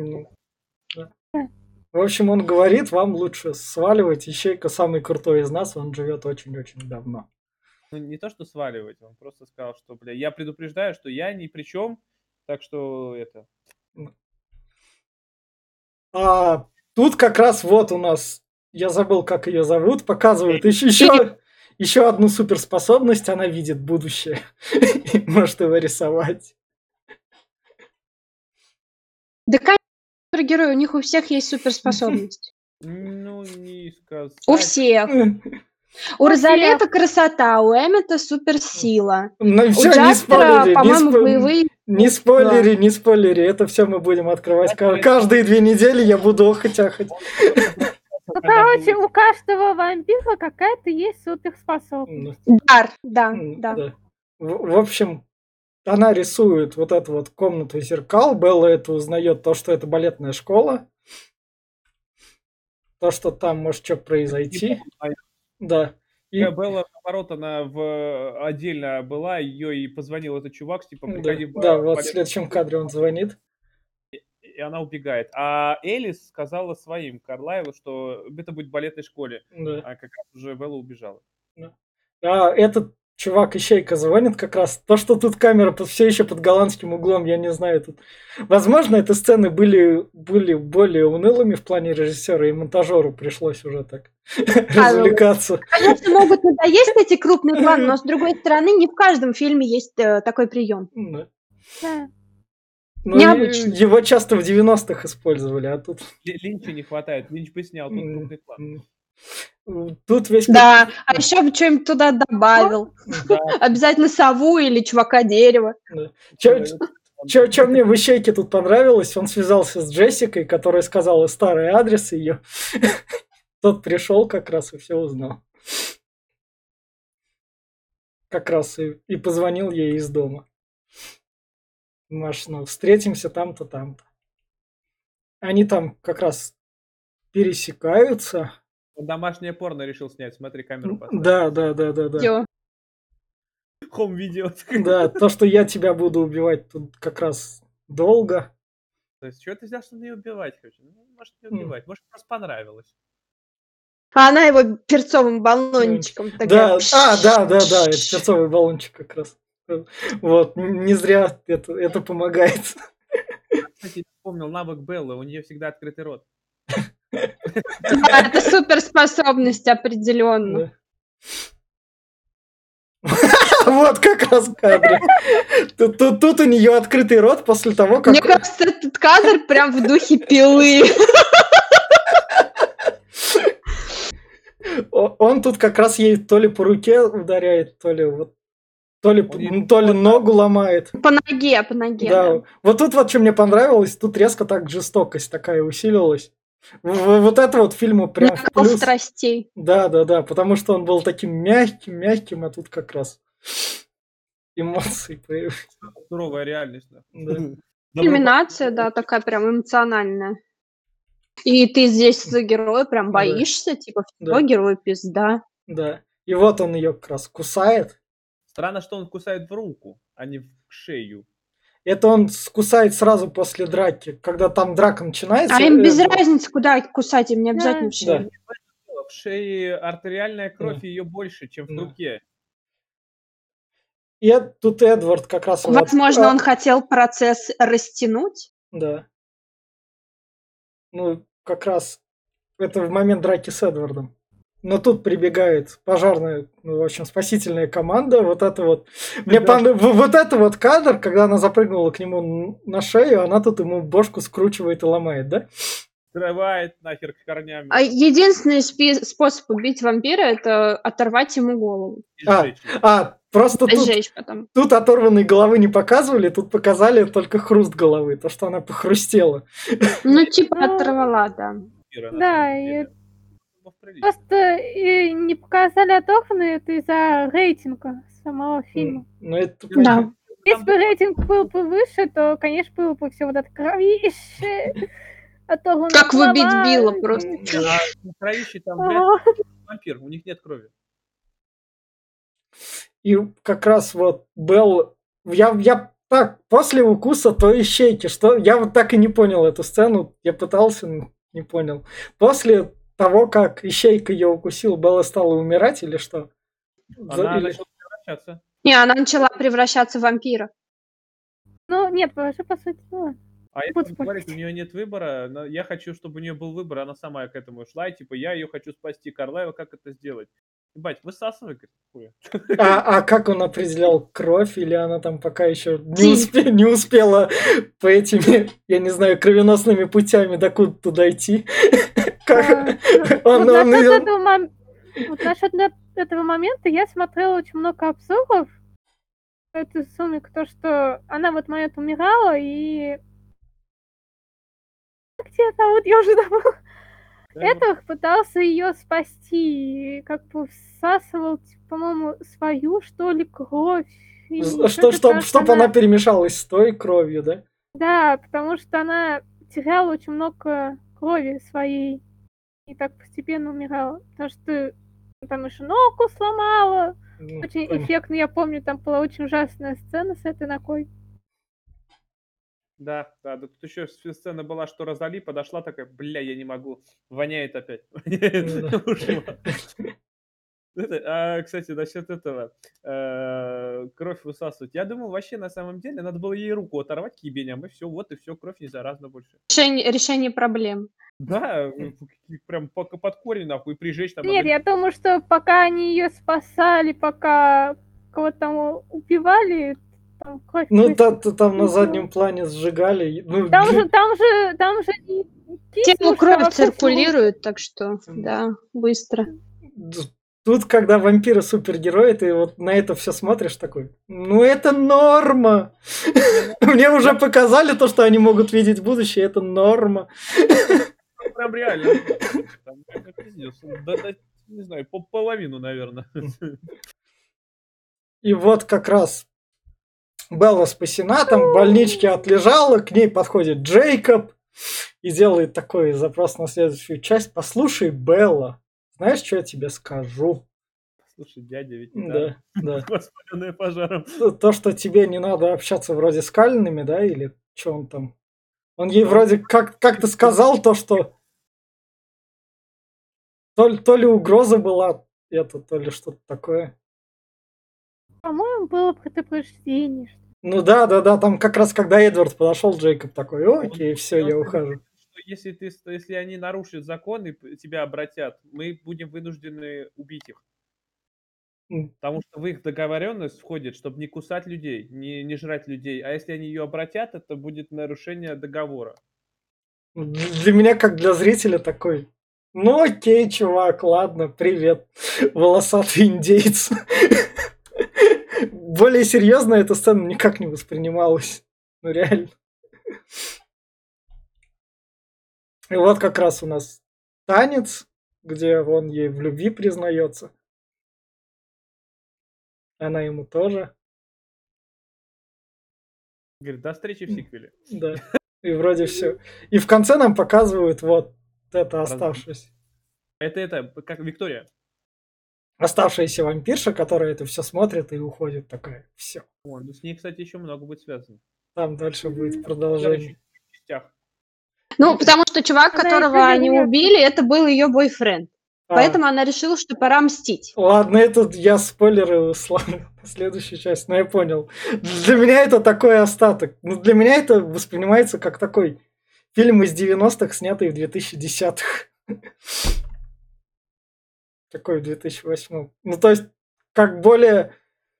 В общем, он говорит, вам лучше сваливать. Ищейка самый крутой из нас, он живет очень-очень давно. Ну, не то, что сваливать, он просто сказал, что, бля, я предупреждаю, что я ни при чем, так что это... А тут как раз вот у нас, я забыл, как ее зовут, показывают еще одну суперспособность, она видит будущее и может его рисовать. Да, конечно, герои, у них у всех есть суперспособность. Ну, не сказать. У всех. У Розалеты красота, у Эммета суперсила. Ну У все, не Джаспера, спойлери, по-моему, боевые... не спойлери, это все мы будем открывать. Каждые 2 недели я буду охать-ахать. Ну, короче, у каждого вампира какая-то есть суперспособность. Дар, да. В общем, она рисует вот эту вот комнату зеркал. Белла это узнает, то, что это балетная школа. То, что там может что произойти. Да. И Белла, наоборот, она отдельно была, ее и позвонил этот чувак, типа, приходи в Да, вот в следующем кадре он звонит. И она убегает. А Элис сказала своим Карлайлу, что это будет в балетной школе. Да. А как раз уже Белла убежала. А этот чувак ищейка звонит как раз. То, что тут камера все еще под голландским углом, я не знаю. Тут. Возможно, эти сцены были более унылыми в плане режиссера, и монтажеру пришлось уже так развлекаться. Конечно, могут надоесть эти крупные планы, но с другой стороны, не в каждом фильме есть такой прием. Да. Ну, необычно. Его часто в 90-х использовали, а тут... Линча не хватает. Линч бы снял тут крупный план. Тут весь... Да, а еще бы что-нибудь туда добавил. Да. Обязательно сову или чувака-дерева. Что мне в ищейке тут понравилось, он связался с Джессикой, которая сказала старый адрес ее. Тот пришел как раз и все узнал. Как раз и позвонил ей из дома. Маш, ну, встретимся там-то, там-то. Они там как раз пересекаются. Домашнее порно решил снять, смотри, камеру поставь. Да. Хом-видео. Да, то, что я тебя буду убивать тут как раз долго. То есть, что ты взял, что не убивать хочешь? Ну, может, не убивать, может, просто понравилось. А она его перцовым баллончиком. Да, это перцовый баллончик как раз. Вот, не зря это помогает. Кстати, вспомнил навык Беллы, у нее всегда открытый рот. Это суперспособность определенно. Вот как раз в кадре. Тут у нее открытый рот после того, как... Мне кажется, этот кадр прям в духе Пилы. Он тут как раз ей то ли по руке ударяет, то ли ногу ломает. По ноге, Да. Вот тут вот что мне понравилось, тут резко так жестокость такая усилилась. Вот это вот фильму прям в Накал плюс. страстей. Да, потому что он был таким мягким, а тут как раз эмоции появились. Суровая реальность. Да. Кульминация, да, такая прям эмоциональная. И ты здесь за героя прям Да. боишься, типа, Да. все, герой пизда. Да. И вот он ее как раз кусает. Странно, что он кусает в руку, а не в шею. Это он кусает сразу после драки. Когда там драка начинается. А им без разницы, куда кусать, им не обязательно в шею. Да. В шее артериальная кровь, ее больше, чем в Да. руке. И тут Эдвард как раз... Возможно, он хотел процесс растянуть. Да. Ну, как раз это в момент драки с Эдвардом. Но тут прибегает пожарная, ну, в общем, спасительная команда. Вот это вот. Вот это вот кадр, когда она запрыгнула к нему на шею, она тут ему бошку скручивает и ломает, да? Срывает нахер корнями. А единственный способ убить вампира — это оторвать ему голову. И сжечь. Просто Сжечь потом. тут оторванной головы не показывали, тут показали только хруст головы, то, что она похрустела. Ну, типа оторвала, да. Да, и просто и не показали оторванные, это из-за рейтинга самого фильма. Ну, это Да. Если бы рейтинг был бы выше, то, конечно, было бы все вот это кровище. Как выбить Билла просто. Кровище там, Ага. блядь, вампир, у них нет крови. И как раз вот Белл... Я так, после укуса той ищейки, что... Я вот так и не понял эту сцену. Я пытался, но не понял. После того, как ищейка ее укусил, Белла стала умирать или что? Она начала превращаться. Не, она начала превращаться в вампира. Ну, нет, вообще, по сути, ну, А если Вот он говорит, у нее нет выбора, я хочу, чтобы у нее был выбор, она сама к этому шла, и типа я ее хочу спасти. Карлаева, как это сделать? Ебать, высасывай, говорит, хуя. А как он определял, кровь, или она там пока еще не успела по этими, я не знаю, кровеносными путями докуда-то дойти? вот насчет этого момента я смотрела очень много обзоров. Это суммик, то, что она в этот момент умирала, и... Как тебя зовут? Я уже забыла. Эдвард пытался ее спасти, и как бы всасывал, по-моему, свою, что ли, кровь. Чтобы она перемешалась с той кровью, да? Да, потому что она теряла очень много крови своей и так постепенно умирала. Потому что там еще ногу сломала. Очень эффектно, я помню, там была очень ужасная сцена с этой ногой. Да, тут еще сцена была, что Розали подошла такая, бля, я не могу, воняет опять. Ушла. Кстати, насчет этого, кровь высасывать. Я думал, вообще, на самом деле, надо было ей руку оторвать к ебеням, и все, кровь не заразна больше. Решение проблем. Да, прям под корень, нахуй, и прижечь там. Нет, я думаю, что пока они ее спасали, пока кого-то там убивали, там кровь... Ну, там на заднем плане сжигали. Там же Тело крови циркулирует, так что, да, быстро. Тут, когда вампиры супергерои, ты вот на это все смотришь такой, ну это норма. Мне уже показали то, что они могут видеть будущее, это норма. Прям реально. Там, пиздец. Не знаю, половину, наверное. И вот как раз Белла спасена, там в больничке отлежала, к ней подходит Джейкоб и делает такой запрос на следующую часть. Послушай, Белла, знаешь, что я тебе скажу? Слушай, дядя, ведь да. Воспаленная пожаром. То, что тебе не надо общаться вроде с Калинами, да, или что он там? Он ей вроде как-то сказал то, что то ли угроза была, то ли что-то такое. По-моему, было предупреждение. Ну да, там как раз когда Эдвард подошел, Джейкоб такой, окей, все, я ухожу. Если они нарушат закон и тебя обратят, мы будем вынуждены убить их. Потому что в их договоренность входит, чтобы не кусать людей, не жрать людей. А если они ее обратят, это будет нарушение договора. Для меня, как для зрителя, такой: ну окей, чувак, ладно, привет, волосатый индейец. Более серьезно эта сцена никак не воспринималась. Ну реально. И вот как раз у нас танец, где он ей в любви признается. Она ему тоже. Говорит, до встречи в сиквеле. Да. И вроде все. И в конце нам показывают вот это оставшееся. Это как Виктория. Оставшаяся вампирша, которая это все смотрит и уходит такая. Все. О, ну с ней, кстати, еще много будет связано. Там дальше будет В продолжение. следующих частях. Ну, потому что чувак, Она которого еще они вернется. убили, это был ее бойфренд. Поэтому она решила, что пора мстить. Ладно, это я спойлеры условно на следующую часть, но я понял. Для меня это такой остаток. Ну, для меня это воспринимается как такой фильм из 90-х, снятый в 2010-х. Такой в 2008-м. Ну, то есть, как более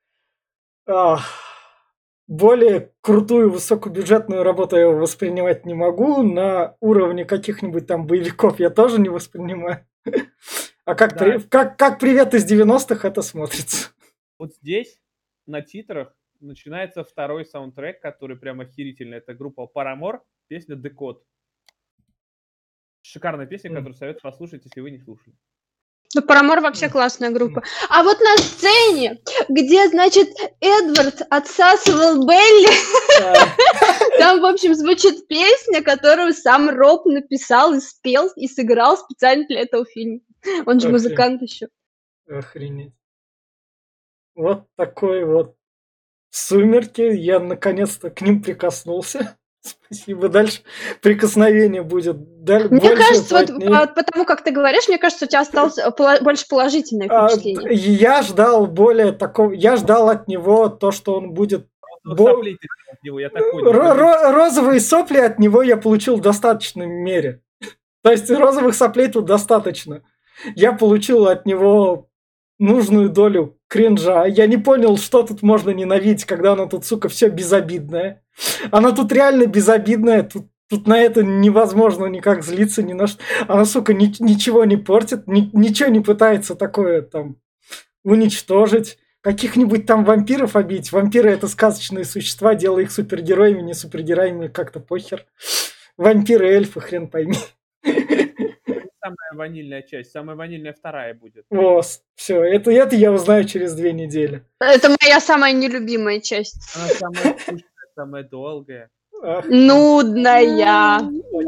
крутую высокобюджетную работу я воспринимать не могу. На уровне каких-нибудь там боевиков я тоже не воспринимаю. А как, Да. как привет из 90-х это смотрится? Вот здесь на титрах начинается второй саундтрек, который прям охерительный. Это группа Paramore, песня Decode. Шикарная песня, которую советую послушать, если вы не слушали. Ну, Paramore вообще классная группа. А вот на сцене, где, значит, Эдвард отсасывал Белли, там, в общем, звучит песня, которую сам Роб написал и спел, и сыграл специально для этого фильма. Он же музыкант еще. Охренеть. Вот такой вот «Сумерки». Я наконец-то к ним прикоснулся. Спасибо. Дальше прикосновение будет. Мне кажется, вот потому как ты говоришь, мне кажется, у тебя осталось больше положительное впечатление. Я ждал более такого... Я ждал от него то, что он будет... Сопли от него, я так понял. Розовые сопли от него я получил в достаточной мере. То есть розовых соплей тут достаточно. Я получил от него нужную долю кринжа. Я не понял, что тут можно ненавидеть, когда она тут, сука, все безобидная. Она тут реально безобидная. Тут на это невозможно никак злиться, ни на что. Она, сука, ничего не портит, ничего не пытается такое там уничтожить. Каких-нибудь там вампиров обидеть. Вампиры — это сказочные существа, делай их супергероями, не супергероями, как-то похер. Вампиры, эльфы, хрен пойми. Самая ванильная часть, самая ванильная вторая будет. Вот, все, это я узнаю через 2 недели. Это моя самая нелюбимая часть. Она самая скучная, самая долгая. Нудная.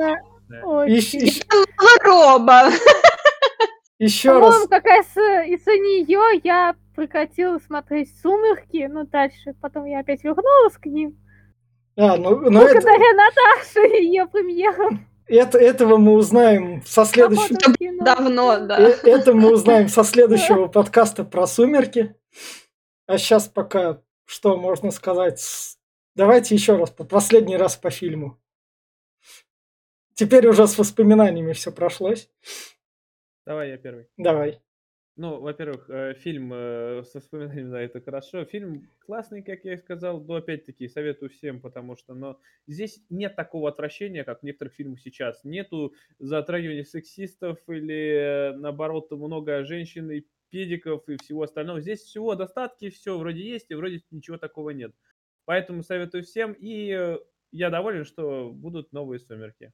Роба. Еще раз. По-моему, как раз из-за нее я прекратила смотреть «Сумерки», но дальше потом я опять вернулась к ним. Благодаря Наташе и ее премьерам. Этого мы узнаем со следующего... Давно, да. Это мы узнаем со следующего подкаста про «Сумерки». А сейчас пока что можно сказать? Давайте еще раз, последний раз по фильму. Теперь уже с воспоминаниями все прошлось. Давай я первый. Давай. Ну, во-первых, фильм со вспоминаниями, да, это хорошо. Фильм классный, как я и сказал, но опять-таки советую всем, потому что здесь нет такого отвращения, как в некоторых фильмах сейчас. Нету затрагивания сексистов или, наоборот, много женщин и педиков и всего остального. Здесь всего достатки, все вроде есть, и вроде ничего такого нет. Поэтому советую всем, и я доволен, что будут новые «Сумерки».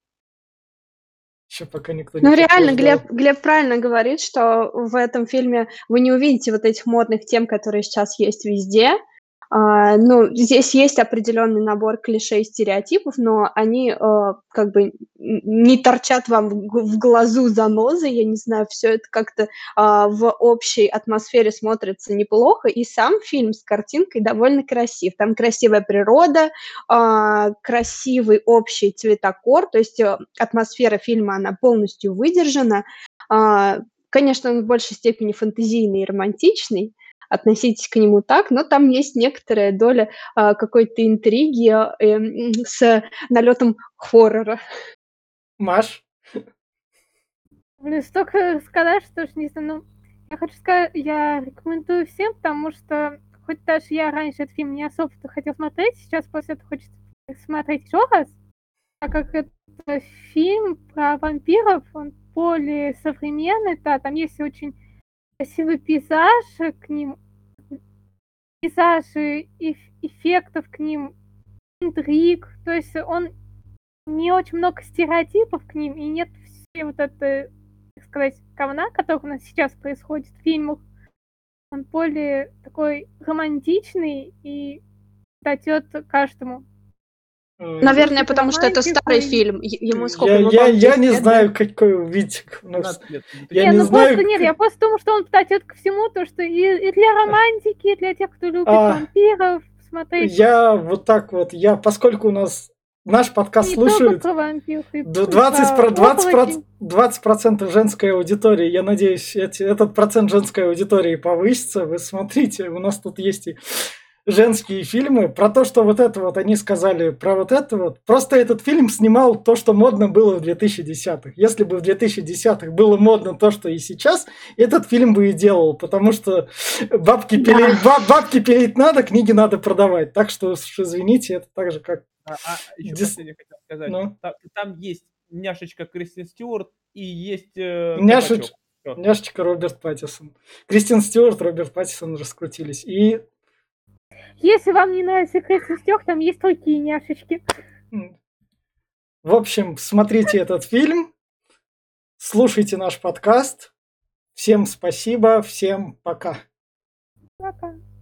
Еще пока никто не реально, Глеб правильно говорит, что в этом фильме вы не увидите вот этих модных тем, которые сейчас есть везде. Здесь есть определенный набор клише и стереотипов, но они как бы не торчат вам в глазу занозы, я не знаю, все это как-то в общей атмосфере смотрится неплохо, и сам фильм с картинкой довольно красив. Там красивая природа, красивый общий цветокор, то есть атмосфера фильма, она полностью выдержана. Конечно, он в большей степени фэнтезийный и романтичный, относитесь к нему так, но там есть некоторая доля какой-то интриги с налетом хоррора. Маш? Блин, столько сказать, что ж не знаю, Я хочу сказать, я рекомендую всем, потому что хоть даже я раньше этот фильм не особо хотел смотреть, сейчас после этого хочется смотреть еще раз, так как это фильм про вампиров, он более современный, да, там есть очень красивый пейзаж к ним, пейзажи, эффектов к ним, интриг, то есть он не очень много стереотипов к ним, и нет всей вот этой, так сказать, говна, который у нас сейчас происходит в фильмах. Он более такой романтичный и дает каждому. Наверное, Какую-то потому что это романтику старый и- фильм. Ему сколько? Я, Ему, я, по-моему, я 10 не лет, да? знаю, какой вы видите. У нас- 15 лет. Я Не, не ну знаю, просто нет, я просто думаю, что он подойдет ко всему, то что и для романтики, и для тех, кто любит А, вампиров, смотреть я вот так вот, поскольку у нас наш подкаст не только слушают про вампиров, и 20% женской аудитории, я надеюсь, этот процент женской аудитории повысится. Вы смотрите, у нас тут есть и женские фильмы про то, что вот это вот они сказали про вот это вот. Просто этот фильм снимал то, что модно было в 2010-х. Если бы в 2010-х было модно то, что и сейчас, этот фильм бы и делал, потому что бабки пилить надо, книги надо продавать. Так что уж извините, это так же, как... Еще Дис- последнее хотел сказать. Ну. Там есть няшечка Кристин Стюарт и есть Няшечка Горбачев. Всё. Няшечка Роберт Паттинсон. Кристин Стюарт, Роберт Паттинсон раскрутились. И Если вам не нравится Кристин Стюарт, там есть другие няшечки. в общем, смотрите этот фильм, слушайте наш подкаст. Всем спасибо, всем пока. Пока.